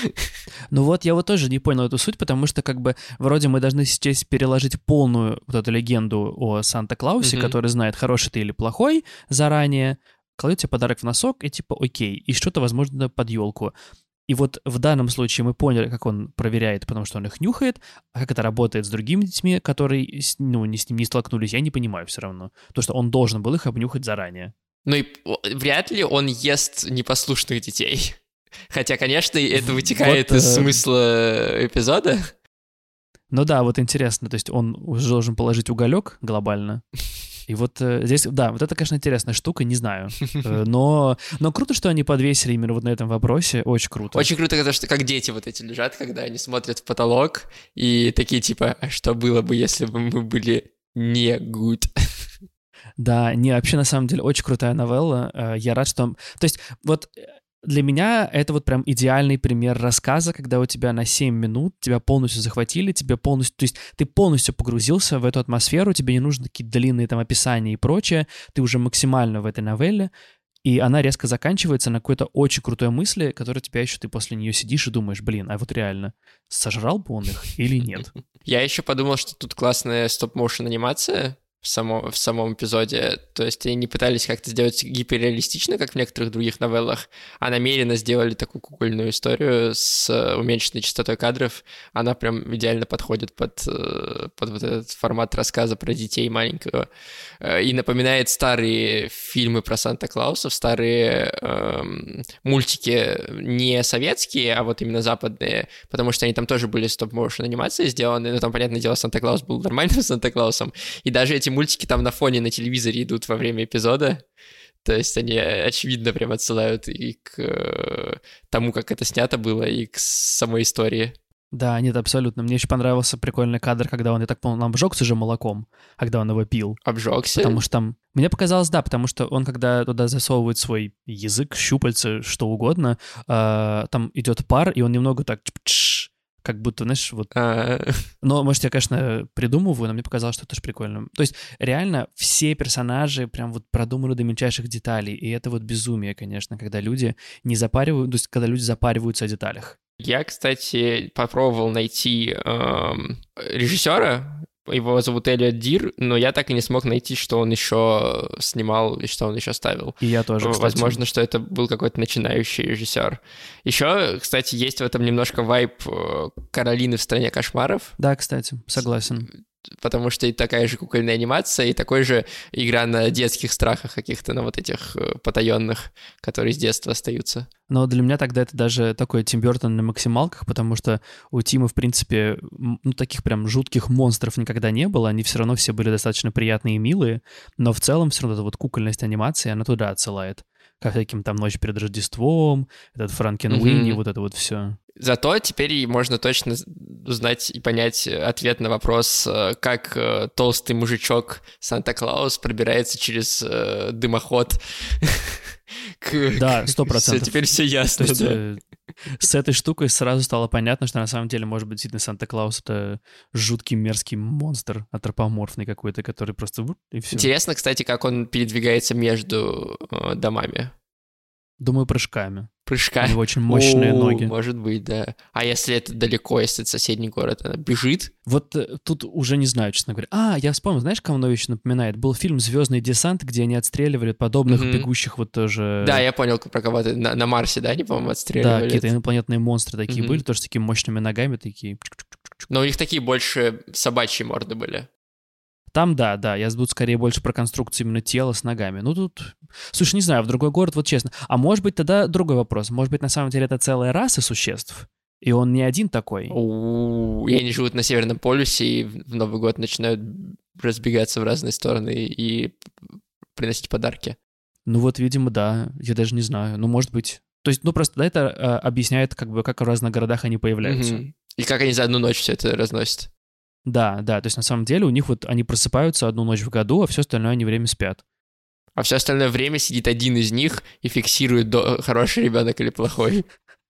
Ну вот, я вот тоже не понял эту суть, потому что как бы вроде мы должны сейчас переложить полную вот эту легенду о Санта-Клаусе, Мгм. который знает, хороший ты или плохой заранее, кладет тебе подарок в носок и типа окей, и что-то, возможно, под елку. И вот в данном случае мы поняли, как он проверяет, потому что он их нюхает, а как это работает с другими детьми, которые с- ну, не с ним не столкнулись, я не понимаю все равно. То, что он должен был их обнюхать заранее. Ну и о, вряд ли он ест непослушных детей. Хотя, конечно, это вытекает Вот, из э, смысла эпизода. Ну да, вот интересно, то есть он уже должен положить уголек глобально, И вот э, здесь, да, вот это, конечно, интересная штука, не знаю. Э, но, но круто, что они подвесили именно вот на этом вопросе, очень круто. Очень круто, когда, что, как дети вот эти лежат, когда они смотрят в потолок и такие типа, а что было бы, если бы мы были не good? Да, не, вообще, на самом деле, очень крутая новелла. Э, Я рад, что... То есть, вот для меня это вот прям идеальный пример рассказа, когда у тебя на семь минут тебя полностью захватили, тебе полностью... То есть ты полностью погрузился в эту атмосферу, тебе не нужны какие-то длинные там описания и прочее, ты уже максимально в этой новелле, и она резко заканчивается на какой-то очень крутой мысли, которая тебя еще, ты после нее сидишь и думаешь, блин, а вот реально, сожрал бы он их или нет? Я еще подумал, что тут классная стоп-моушен анимация в самом, в самом эпизоде. То есть они не пытались как-то сделать гиперреалистично, как в некоторых других новеллах, а намеренно сделали такую кукольную историю с уменьшенной частотой кадров. Она прям идеально подходит под, под вот этот формат рассказа про детей маленького. И напоминает старые фильмы про Санта-Клаусов, старые эм, мультики не советские, а вот именно западные, потому что они там тоже были стоп-моушен анимации сделаны, но там, понятное дело, Санта-Клаус был нормальным Санта-Клаусом, и даже эти мультики там на фоне на телевизоре идут во время эпизода, то есть они, очевидно, прям отсылают и к э, тому, как это снято было, и к самой истории. Да, нет, абсолютно. Мне еще понравился прикольный кадр, когда он, я так понял, обжегся же молоком, когда он его пил. Обжегся? Потому что там... Мне показалось, да, потому что он, когда туда засовывает свой язык, щупальца, что угодно, э, там идет пар, и он немного так... Как будто, знаешь, вот... Но, может, я, конечно, придумываю, но мне показалось, что это тоже прикольно. То есть, реально, все персонажи прям вот продуманы до мельчайших деталей, и это вот безумие, конечно, когда люди не запаривают, то есть, когда люди запариваются о деталях. Я, кстати, попробовал найти эм, режиссера, его зовут Элиот Дир, но я так и не смог найти, что он еще снимал и что он еще ставил. И я тоже, кстати. Возможно, что это был какой-то начинающий режиссер. Еще, кстати, есть в этом немножко вайб Каролины в «Стране кошмаров». Да, кстати, согласен. Потому что и такая же кукольная анимация, и такой же игра на детских страхах каких-то, на вот этих потаенных, которые с детства остаются. Но для меня тогда это даже такой Тим Бёртон на максималках, потому что у Тима, в принципе, ну, таких прям жутких монстров никогда не было, они все равно все были достаточно приятные и милые, но в целом все равно эта вот кукольность анимации, она туда отсылает. Как всяким там «Ночь перед Рождеством», этот Франкенуини, mm-hmm. вот это вот все. Зато теперь можно точно узнать и понять ответ на вопрос, как толстый мужичок Санта-Клаус пробирается через дымоход. Да, сто процентов. Теперь все ясно. То есть, э, с этой штукой сразу стало понятно, что на самом деле, может быть, действительно Санта-Клаус — это жуткий мерзкий монстр, антропоморфный какой-то, который просто... и все. Интересно, кстати, как он передвигается между э, домами. Думаю, прыжками. Прыжками? У него очень мощные О, ноги. Может быть, да. А если это далеко, если это соседний город, она бежит? Вот э, тут уже не знаю, честно говоря. А, я вспомнил, знаешь, кого еще напоминает? Был фильм «Звездный десант», где они отстреливали подобных mm-hmm. бегущих вот тоже... Да, я понял про кого-то. На, на Марсе, да, они, по-моему, отстреливали? Да, какие-то инопланетные монстры такие mm-hmm. были, тоже с такими мощными ногами, такие... Но у них такие больше собачьи морды были. Там, да, да, я тут скорее больше про конструкцию именно тела с ногами. Ну, тут... Слушай, не знаю, в другой город, вот честно. А может быть, тогда другой вопрос. Может быть, на самом деле это целая раса существ? И он не один такой? У-у-у, и они живут на Северном полюсе, и в Новый год начинают разбегаться в разные стороны и приносить подарки. Ну вот, видимо, да. Я даже не знаю. Ну, может быть... То есть, ну, просто да, это а, объясняет, как бы, как в разных городах они появляются. Угу. И как они за одну ночь все это разносят. Да, да, то есть на самом деле у них вот они просыпаются одну ночь в году, а все остальное они время спят. А все остальное время сидит один из них и фиксирует, до... хороший ребенок или плохой.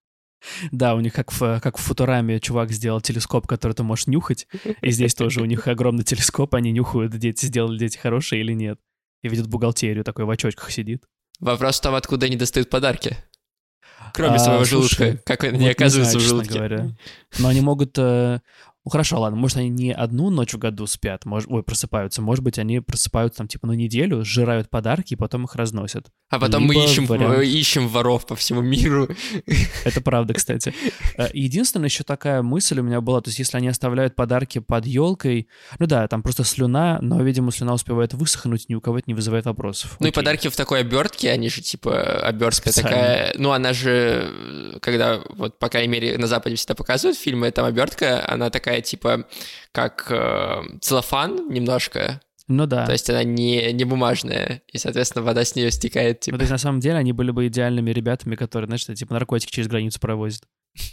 Да, у них как в, как в Футураме чувак сделал телескоп, который ты можешь нюхать, и здесь тоже у них огромный телескоп, они нюхают, дети сделали дети хорошие или нет. И видят бухгалтерию, такой в очочках сидит. Вопрос в том, откуда они достают подарки. Кроме а, своего слушай, желудка. Как они вот оказываются не знаю, в желудке. Говоря. Но они могут... Ну хорошо, ладно, может, они не одну ночь в году спят, может, ой, просыпаются, может быть, они просыпаются там типа на неделю, сжирают подарки и потом их разносят. А потом Либо мы ищем, вариант... ищем воров по всему миру. Это правда, кстати. Единственная еще такая мысль у меня была, то есть если они оставляют подарки под елкой, ну да, там просто слюна, но, видимо, слюна успевает высохнуть, ни у кого это не вызывает вопросов. Ну Окей. И подарки в такой обертке, они же типа обертка такая, ну она же, когда вот по крайней мере на Западе всегда показывают фильмы, там обертка, она такая типа как э, целлофан немножко. Ну да. То есть она не, не бумажная, и, соответственно, вода с нее стекает. Типа. Ну, то есть на самом деле они были бы идеальными ребятами, которые, знаешь, типа наркотики через границу провозят.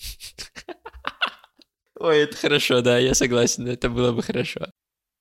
Ой, это хорошо, да, я согласен, это было бы хорошо.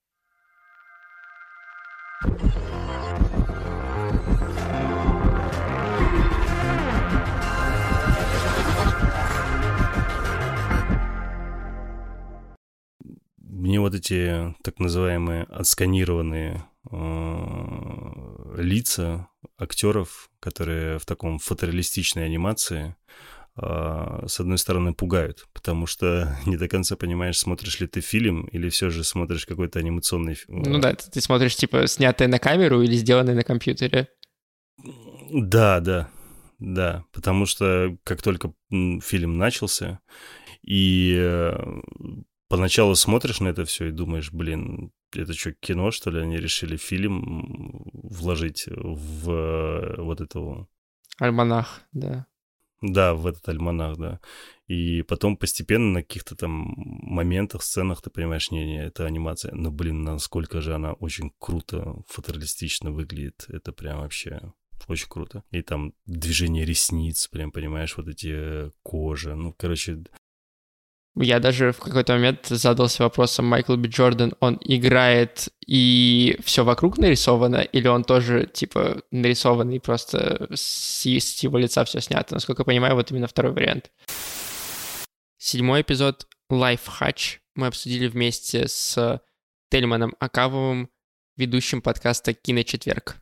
Мне вот эти так называемые отсканированные э, лица актеров, которые в таком фотореалистичной анимации, э, с одной стороны, пугают, потому что не до конца понимаешь, смотришь ли ты фильм или все же смотришь какой-то анимационный фильм. Ну да, ты, ты смотришь, типа, снятое на камеру или сделанное на компьютере. Да, да, да, потому что как только фильм начался, и э, поначалу смотришь на это все и думаешь, блин, это что, кино, что ли? Они решили фильм вложить в вот этого... Альманах, да. Да, в этот альманах, да. И потом постепенно на каких-то там моментах, сценах ты понимаешь, не-не, это анимация. Но, блин, насколько же она очень круто, фотореалистично выглядит. Это прям вообще очень круто. И там движение ресниц, прям, понимаешь, вот эти кожа. Ну, короче... Я даже в какой-то момент задался вопросом, Майкл Би Джордан, он играет и все вокруг нарисовано, или он тоже, типа, нарисованный, просто с, с его лица все снято? Насколько я понимаю, вот именно второй вариант. Седьмой эпизод «Лайфхач» мы обсудили вместе с Тельманом Акавовым, ведущим подкаста «Киночетверг».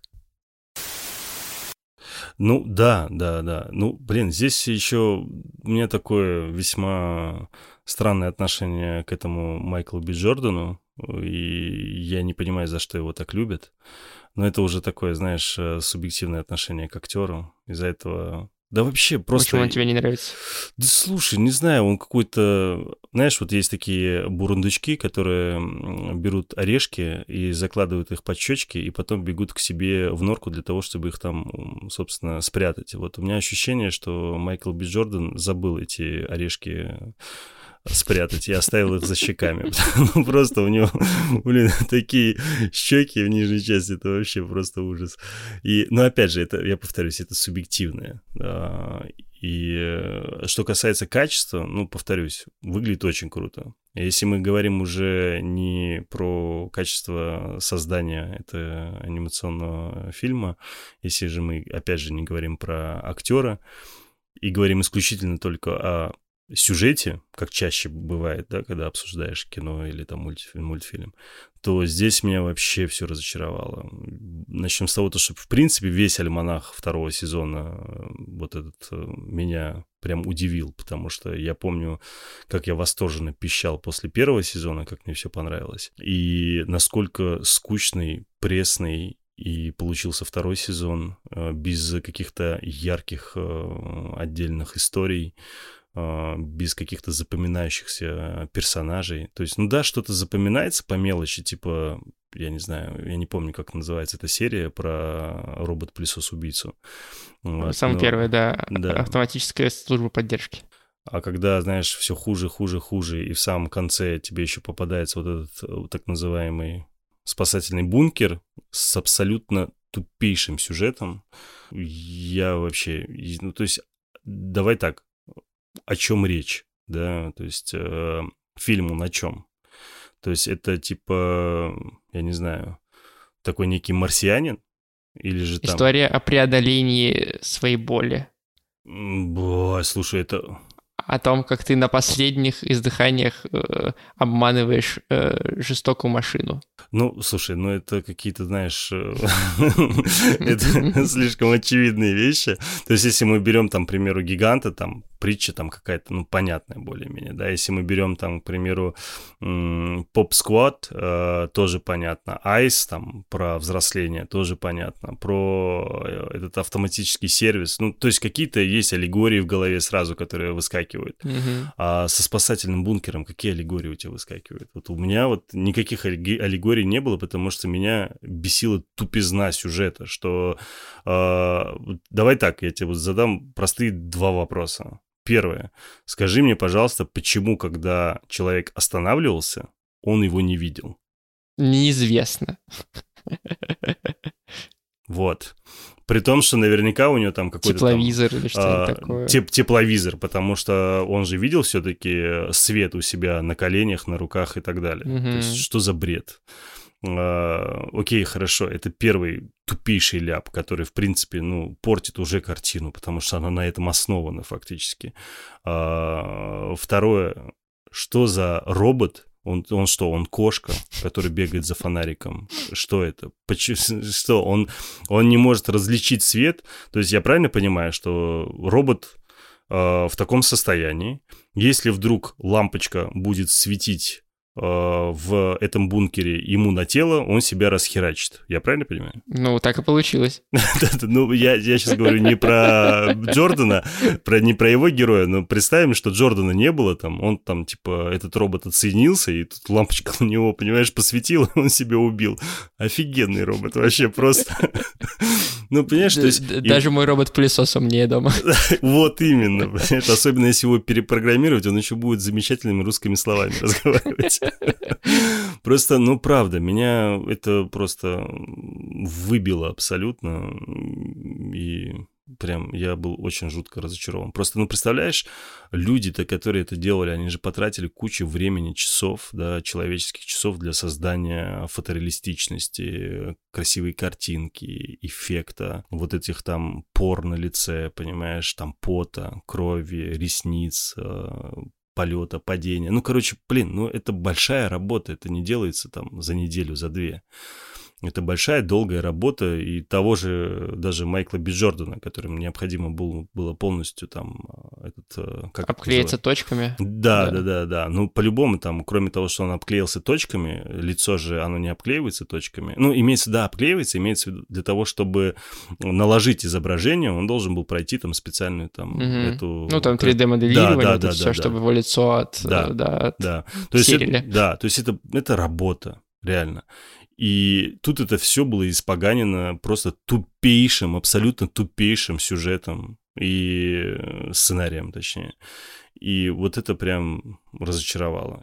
Ну, да, да, да. Ну, блин, здесь еще у меня такое весьма странное отношение к этому Майклу Би Джордану, и я не понимаю, за что его так любят. Но это уже такое, знаешь, субъективное отношение к актеру. Из-за этого... Да вообще просто... Почему он тебе не нравится? Да слушай, не знаю, он какой-то... Знаешь, вот есть такие бурундучки, которые берут орешки и закладывают их под щечки, и потом бегут к себе в норку для того, чтобы их там, собственно, спрятать. Вот у меня ощущение, что Майкл Би Джордан забыл эти орешки спрятать и оставил их за щеками. Просто у него, блин, такие щеки в нижней части, это вообще просто ужас. И, ну, опять же, это, я повторюсь, это субъективное. И что касается качества, ну, повторюсь, выглядит очень круто. Если мы говорим уже не про качество создания этого анимационного фильма, если же мы, опять же, не говорим про актера и говорим исключительно только о сюжете, как чаще бывает, да, когда обсуждаешь кино или там мультфильм, мультфильм, то здесь меня вообще все разочаровало. Начнем с того, что, в принципе, весь альманах второго сезона вот этот меня прям удивил, потому что я помню, как я восторженно пищал после первого сезона, как мне все понравилось, и насколько скучный, пресный и получился второй сезон без каких-то ярких отдельных историй, без каких-то запоминающихся персонажей. То есть, ну да, что-то запоминается по мелочи, типа, я не знаю, я не помню, как называется эта серия про робот-пылесос-убийцу. Вот, Самая но... первая, да, да, автоматическая служба поддержки. А когда, знаешь, все хуже, хуже, хуже, и в самом конце тебе еще попадается вот этот так называемый спасательный бункер с абсолютно тупейшим сюжетом, я вообще... Ну, то есть, давай так, о чем речь, да, то есть э, фильму на чем? То есть это типа, я не знаю, такой некий марсианин или же там... История о преодолении своей боли. Ой, слушай, это... О том, как ты на последних издыханиях э, обманываешь э, жестокую машину. Ну, слушай, ну это какие-то, знаешь, это слишком очевидные вещи. То есть, если мы берем, там, к примеру, гиганта, там, притча там какая-то, ну, понятная более-менее, да, если мы берем, там, к примеру, Pop Squad, тоже понятно, Ice, там, про взросление, тоже понятно, про этот автоматический сервис, ну, то есть, какие-то есть аллегории в голове сразу, которые выскакивают. Mm-hmm. А со спасательным бункером какие аллегории у тебя выскакивают? Вот у меня вот никаких аллегорий не было, потому что меня бесила тупизна сюжета, что э, давай так, я тебе вот задам простые два вопроса. Первое. Скажи мне, пожалуйста, почему, когда человек останавливался, он его не видел? Неизвестно. Вот. При том, что наверняка у него там какой-то тепловизор там, или что-то а, такое. Теп- тепловизор, потому что он же видел все-таки свет у себя на коленях, на руках и так далее. Мгм. То есть что за бред? А, окей, хорошо, это первый тупейший ляп, который, в принципе, ну, портит уже картину, потому что она на этом основана фактически. А, второе, что за робот? Он, он что, он кошка, который бегает за фонариком? Что это? Почему, что, он, он не может различить свет? То есть я правильно понимаю, что робот э, в таком состоянии, если вдруг лампочка будет светить э, в этом бункере ему на тело, он себя расхерачит. Я правильно понимаю? Ну, так и получилось. Ну, я, я сейчас говорю не про Джордана, про, не про его героя, но представим, что Джордана не было, там, он там, типа, этот робот отсоединился, и тут лампочка на него, понимаешь, посветила, и он себя убил. Офигенный робот, вообще просто. Ну, понимаешь, то есть... Даже мой робот-пылесос умнее дома. Вот именно. Особенно, если его перепрограммировать, он еще будет замечательными русскими словами разговаривать. Просто, ну, правда, меня это просто выбило абсолютно, и прям я был очень жутко разочарован. Просто, ну, представляешь, люди-то, которые это делали, они же потратили кучу времени, часов, да, человеческих часов для создания фотореалистичности, красивой картинки, эффекта, вот этих там пор на лице, понимаешь, там пота, крови, ресниц, полета, падения. Ну, короче, блин, ну, это большая работа, это не делается там за неделю, за две. Это большая, долгая работа, и того же даже Майкла Би Джордана, которым необходимо было, было полностью там этот... Как обклеиться точками? Да, да, да, да, да. Ну, по-любому там, кроме того, что он обклеился точками, лицо же, оно не обклеивается точками. Ну, имеется, да, обклеивается, имеется в виду для того, чтобы наложить изображение, он должен был пройти там специальную там угу. эту... Ну, там три дэ-моделирование, да, да, да, все, да, чтобы да. его лицо от... Да, да, от да. То есть это, да, то есть это, это работа, реально. И тут это все было испоганено просто тупейшим, абсолютно тупейшим сюжетом и сценарием, точнее. И вот это прям разочаровало.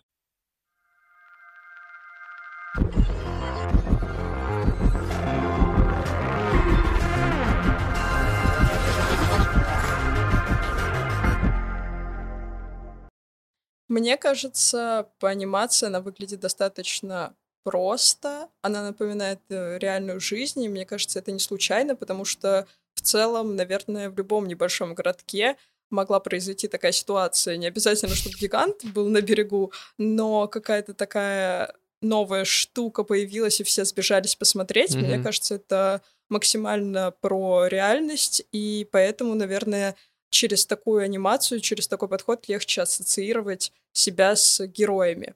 Мне кажется, по анимации она выглядит достаточно просто, она напоминает реальную жизнь, и мне кажется, это не случайно, потому что в целом, наверное, в любом небольшом городке могла произойти такая ситуация. Не обязательно, чтобы гигант был на берегу, но какая-то такая новая штука появилась, и все сбежались посмотреть. Mm-hmm. Мне кажется, это максимально про реальность, и поэтому, наверное, через такую анимацию, через такой подход легче ассоциировать себя с героями.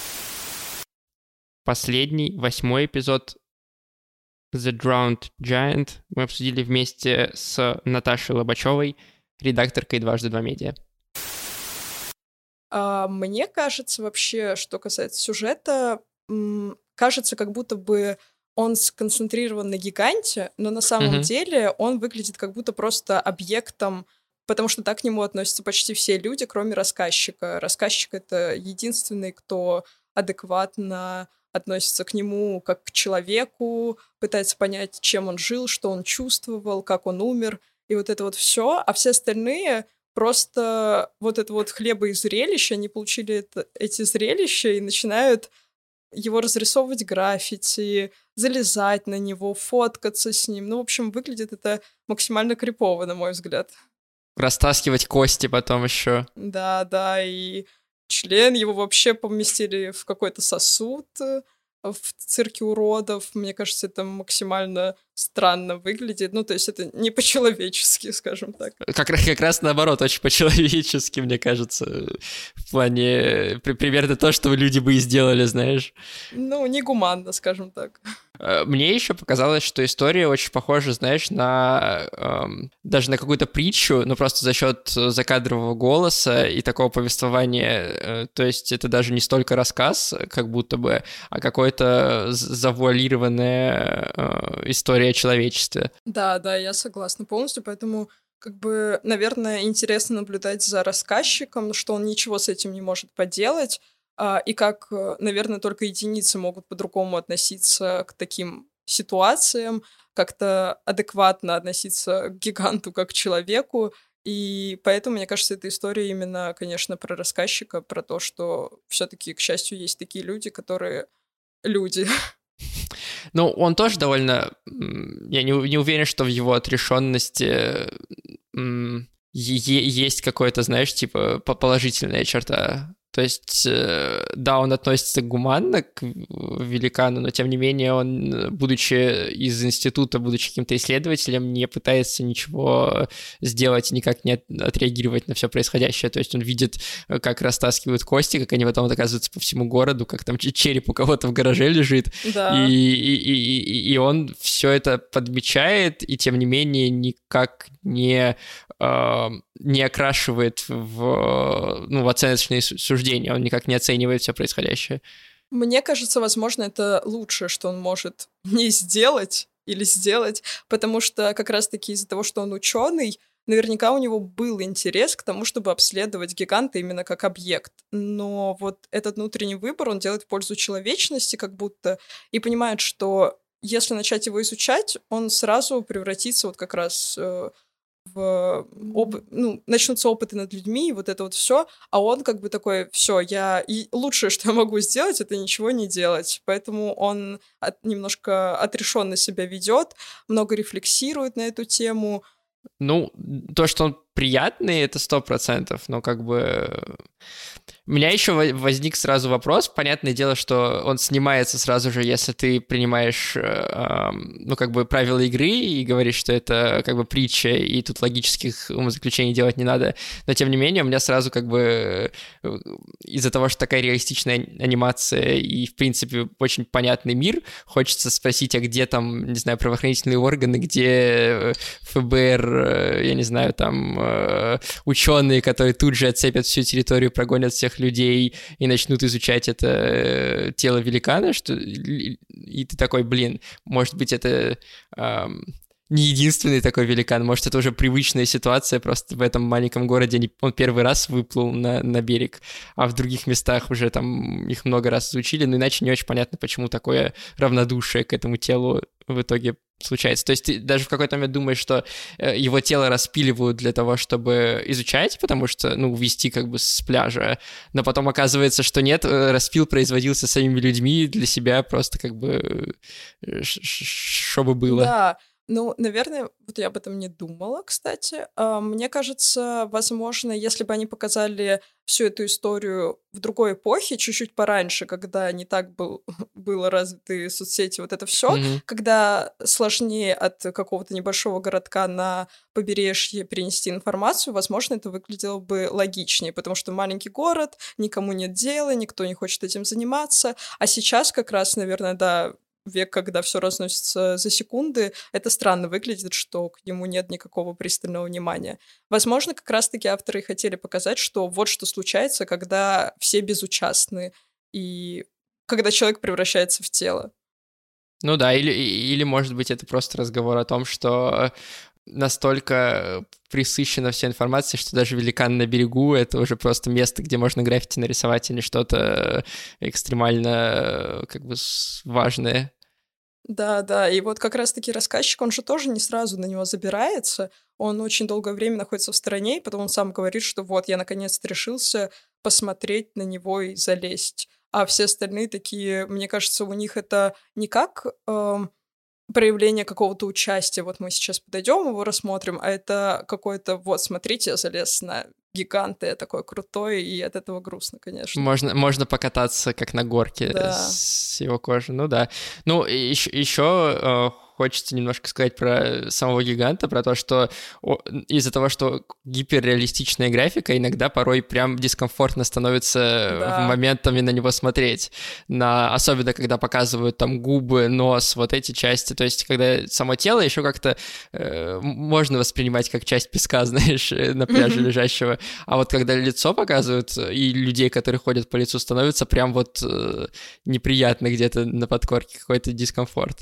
Последний, восьмой эпизод The Drowned Giant мы обсудили вместе с Наташей Лобачевой, редакторкой «Дважды два медиа». А, мне кажется вообще, что касается сюжета, м- кажется, как будто бы он сконцентрирован на гиганте, но на самом mm-hmm. деле он выглядит как будто просто объектом, потому что так к нему относятся почти все люди, кроме рассказчика. Рассказчик — это единственный, кто адекватно относится к нему как к человеку, пытается понять, чем он жил, что он чувствовал, как он умер, и вот это вот все. А все остальные просто вот это вот хлеба и зрелища, они получили это, эти зрелища и начинают его разрисовывать граффити, залезать на него, фоткаться с ним. Ну, в общем, выглядит это максимально крипово, на мой взгляд. Растаскивать кости потом еще. Да, да, и член его вообще поместили в какой-то сосуд в цирке уродов. Мне кажется, это максимально странно выглядит. Ну, то есть это не по-человечески, скажем так. Как, как раз наоборот, очень по-человечески, мне кажется. В плане при, примерно то, что люди бы и сделали, знаешь. Ну, негуманно, скажем так. Мне еще показалось, что история очень похожа, знаешь, на эм, даже на какую-то притчу, но просто за счет закадрового голоса и такого повествования. Э, то есть это даже не столько рассказ, как будто бы, а какой-то завуалированная э, история о человечестве. Да, да, я согласна полностью, поэтому, как бы, наверное, интересно наблюдать за рассказчиком, что он ничего с этим не может поделать. и как, наверное, только единицы могут по-другому относиться к таким ситуациям, как-то адекватно относиться к гиганту как к человеку. И поэтому, мне кажется, эта история именно, конечно, про рассказчика, про то, что все-таки, к счастью, есть такие люди, которые люди. Ну, он тоже довольно... Я не, не уверен, что в его отрешенности м, е- есть какое-то, знаешь, типа положительная черта. То есть, да, он относится гуманно к великану, но тем не менее он, будучи из института, будучи каким-то исследователем, не пытается ничего сделать, никак не отреагировать на все происходящее. То есть он видит, как растаскивают кости, как они потом оказываются по всему городу, как там череп у кого-то в гараже лежит. Да. И, и, и, и он все это подмечает, и тем не менее никак не... не окрашивает в, ну, в оценочные суждения, он никак не оценивает все происходящее. Мне кажется, возможно, это лучшее, что он может не сделать или сделать, потому что как раз-таки из-за того, что он ученый, наверняка у него был интерес к тому, чтобы обследовать гиганта именно как объект. Но вот этот внутренний выбор он делает в пользу человечности как будто и понимает, что если начать его изучать, он сразу превратится вот как раз... в оп... ну, начнутся опыты над людьми, и вот это вот все, а он как бы такой, все, я и лучшее, что я могу сделать, это ничего не делать, поэтому он от... немножко отрешенно себя ведет, много рефлексирует на эту тему. Ну, то, что он приятный, это сто процентов, но как бы... У меня еще возник сразу вопрос. Понятное дело, что он снимается сразу же, если ты принимаешь, э, ну, как бы правила игры и говоришь, что это как бы притча, и тут логических умозаключений делать не надо. Но, тем не менее, у меня сразу как бы из-за того, что такая реалистичная анимация и, в принципе, очень понятный мир, хочется спросить, а где там, не знаю, правоохранительные органы, где эф бэ эр, я не знаю, там ученые, которые тут же отцепят всю территорию, прогонят всех людей и начнут изучать это тело великана, что и ты такой, блин, может быть, это эм, не единственный такой великан, может, это уже привычная ситуация, просто в этом маленьком городе он первый раз выплыл на, на берег, а в других местах уже там их много раз изучили, но иначе не очень понятно, почему такое равнодушие к этому телу в итоге случается. То есть ты даже в какой-то момент думаешь, что его тело распиливают для того, чтобы изучать, потому что, ну, увезти как бы с пляжа, но потом оказывается, что нет, распил производился самими людьми для себя, просто как бы чтобы было. Да. Ну, наверное, вот я об этом не думала, кстати. Мне кажется, возможно, если бы они показали всю эту историю в другой эпохе, чуть-чуть пораньше, когда не так был, было развиты соцсети, вот это все, mm-hmm. когда сложнее от какого-то небольшого городка на побережье перенести информацию, возможно, это выглядело бы логичнее, потому что маленький город, никому нет дела, никто не хочет этим заниматься, а сейчас как раз, наверное, да, век, когда все разносится за секунды, это странно выглядит, что к нему нет никакого пристального внимания. Возможно, как раз-таки авторы и хотели показать, что вот что случается, когда все безучастны, и когда человек превращается в тело. Ну да, или, или может быть, это просто разговор о том, что настолько присыщена вся информация, что даже великан на берегу — это уже просто место, где можно граффити нарисовать или что-то экстремально как бы важное. Да, да, и вот как раз-таки рассказчик, он же тоже не сразу на него забирается, он очень долгое время находится в стороне, и потом он сам говорит, что вот, я наконец-то решился посмотреть на него и залезть. А все остальные такие, мне кажется, у них это не как... Э- проявление какого-то участия, вот мы сейчас подойдем, его рассмотрим, а это какое-то, вот, смотрите, я залез на гиганта, я такой крутой, и от этого грустно, конечно. Можно, можно покататься, как на горке, да, с его кожи, ну да. Ну, еще, еще э, хочется немножко сказать про самого гиганта, про то, что из-за того, что гиперреалистичная графика, иногда порой прям дискомфортно становится да. в моментами на него смотреть. На, особенно, когда показывают там губы, нос, вот эти части. То есть, когда само тело еще как-то э, можно воспринимать как часть песка, знаешь, на пляже mm-hmm. лежащего. А вот когда лицо показывают, и людей, которые ходят по лицу, становится прям вот э, неприятно где-то на подкорке, какой-то дискомфорт.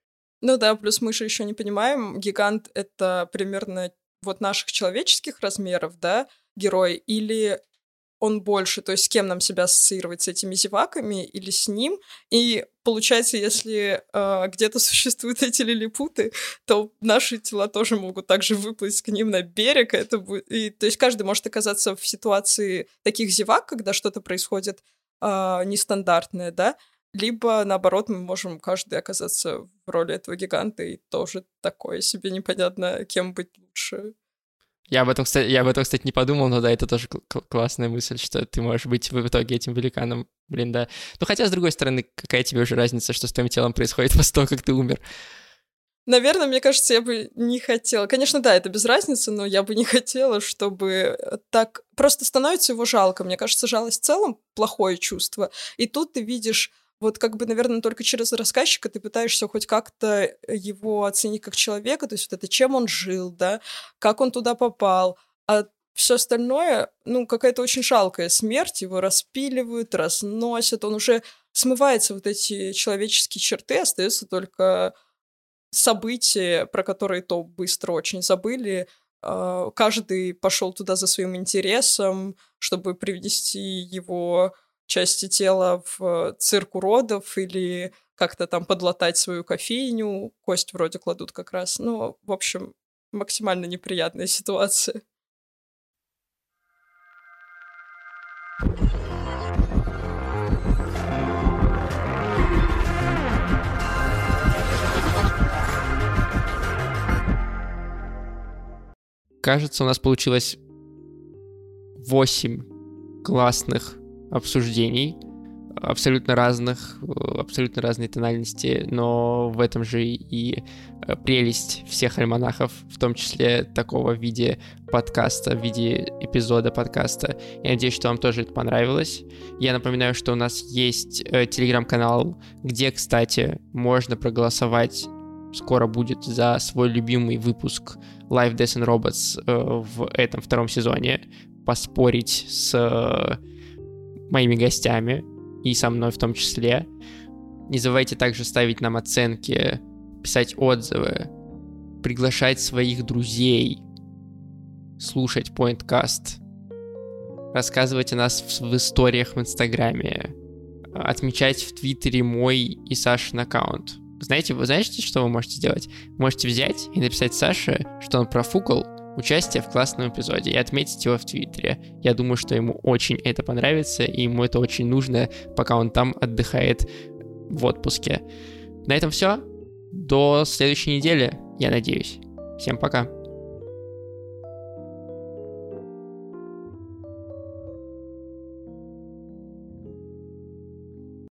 Ну да, плюс мы же еще не понимаем, гигант — это примерно вот наших человеческих размеров, да, герой, или он больше, то есть с кем нам себя ассоциировать, с этими зеваками или с ним. И получается, если э, где-то существуют эти лилипуты, то наши тела тоже могут также выплыть к ним на берег. Это будет... И, то есть каждый может оказаться в ситуации таких зевак, когда что-то происходит э, нестандартное, да, либо, наоборот, мы можем каждый оказаться в роли этого гиганта, и тоже такое себе непонятно, кем быть лучше. Я об этом, кстати, я об этом, кстати, не подумал, но да, это тоже кл- классная мысль, что ты можешь быть в итоге этим великаном. Блин, да. Ну, хотя, с другой стороны, какая тебе уже разница, что с твоим телом происходит после того, как ты умер? Наверное, мне кажется, я бы не хотела. Конечно, да, это без разницы, но я бы не хотела, чтобы так... Просто становится его жалко. Мне кажется, жалость в целом плохое чувство. И тут ты видишь... Вот как бы, наверное, только через рассказчика ты пытаешься хоть как-то его оценить как человека, то есть вот это, чем он жил, да, как он туда попал, а все остальное, ну, какая-то очень жалкая смерть, его распиливают, разносят, он уже смывается, вот эти человеческие черты, остаются только события, про которые то быстро очень забыли. Каждый пошел туда за своим интересом, чтобы привнести его части тела в цирк уродов или как-то там подлатать свою кофейню. Кость вроде кладут как раз. Ну, в общем, максимально неприятная ситуация. Кажется, у нас получилось восемь классных обсуждений, абсолютно разных, абсолютно разной тональности, но в этом же и прелесть всех альманахов, в том числе такого в виде подкаста, в виде эпизода подкаста. Я надеюсь, что вам тоже это понравилось. Я напоминаю, что у нас есть э, телеграм-канал, где, кстати, можно проголосовать, скоро будет, за свой любимый выпуск Live, Death and Robots э, в этом втором сезоне, поспорить с э, моими гостями и со мной в том числе. Не забывайте также ставить нам оценки, писать отзывы, приглашать своих друзей, слушать PointCast, рассказывать о нас в, в историях в Инстаграме, отмечать в Твиттере мой и Сашин аккаунт. Знаете, вы знаете, что вы можете сделать? Можете взять и написать Саше, что он профукал участие в классном эпизоде и отметить его в Твиттере. Я думаю, что ему очень это понравится, и ему это очень нужно, пока он там отдыхает в отпуске. На этом все. До следующей недели, я надеюсь. Всем пока.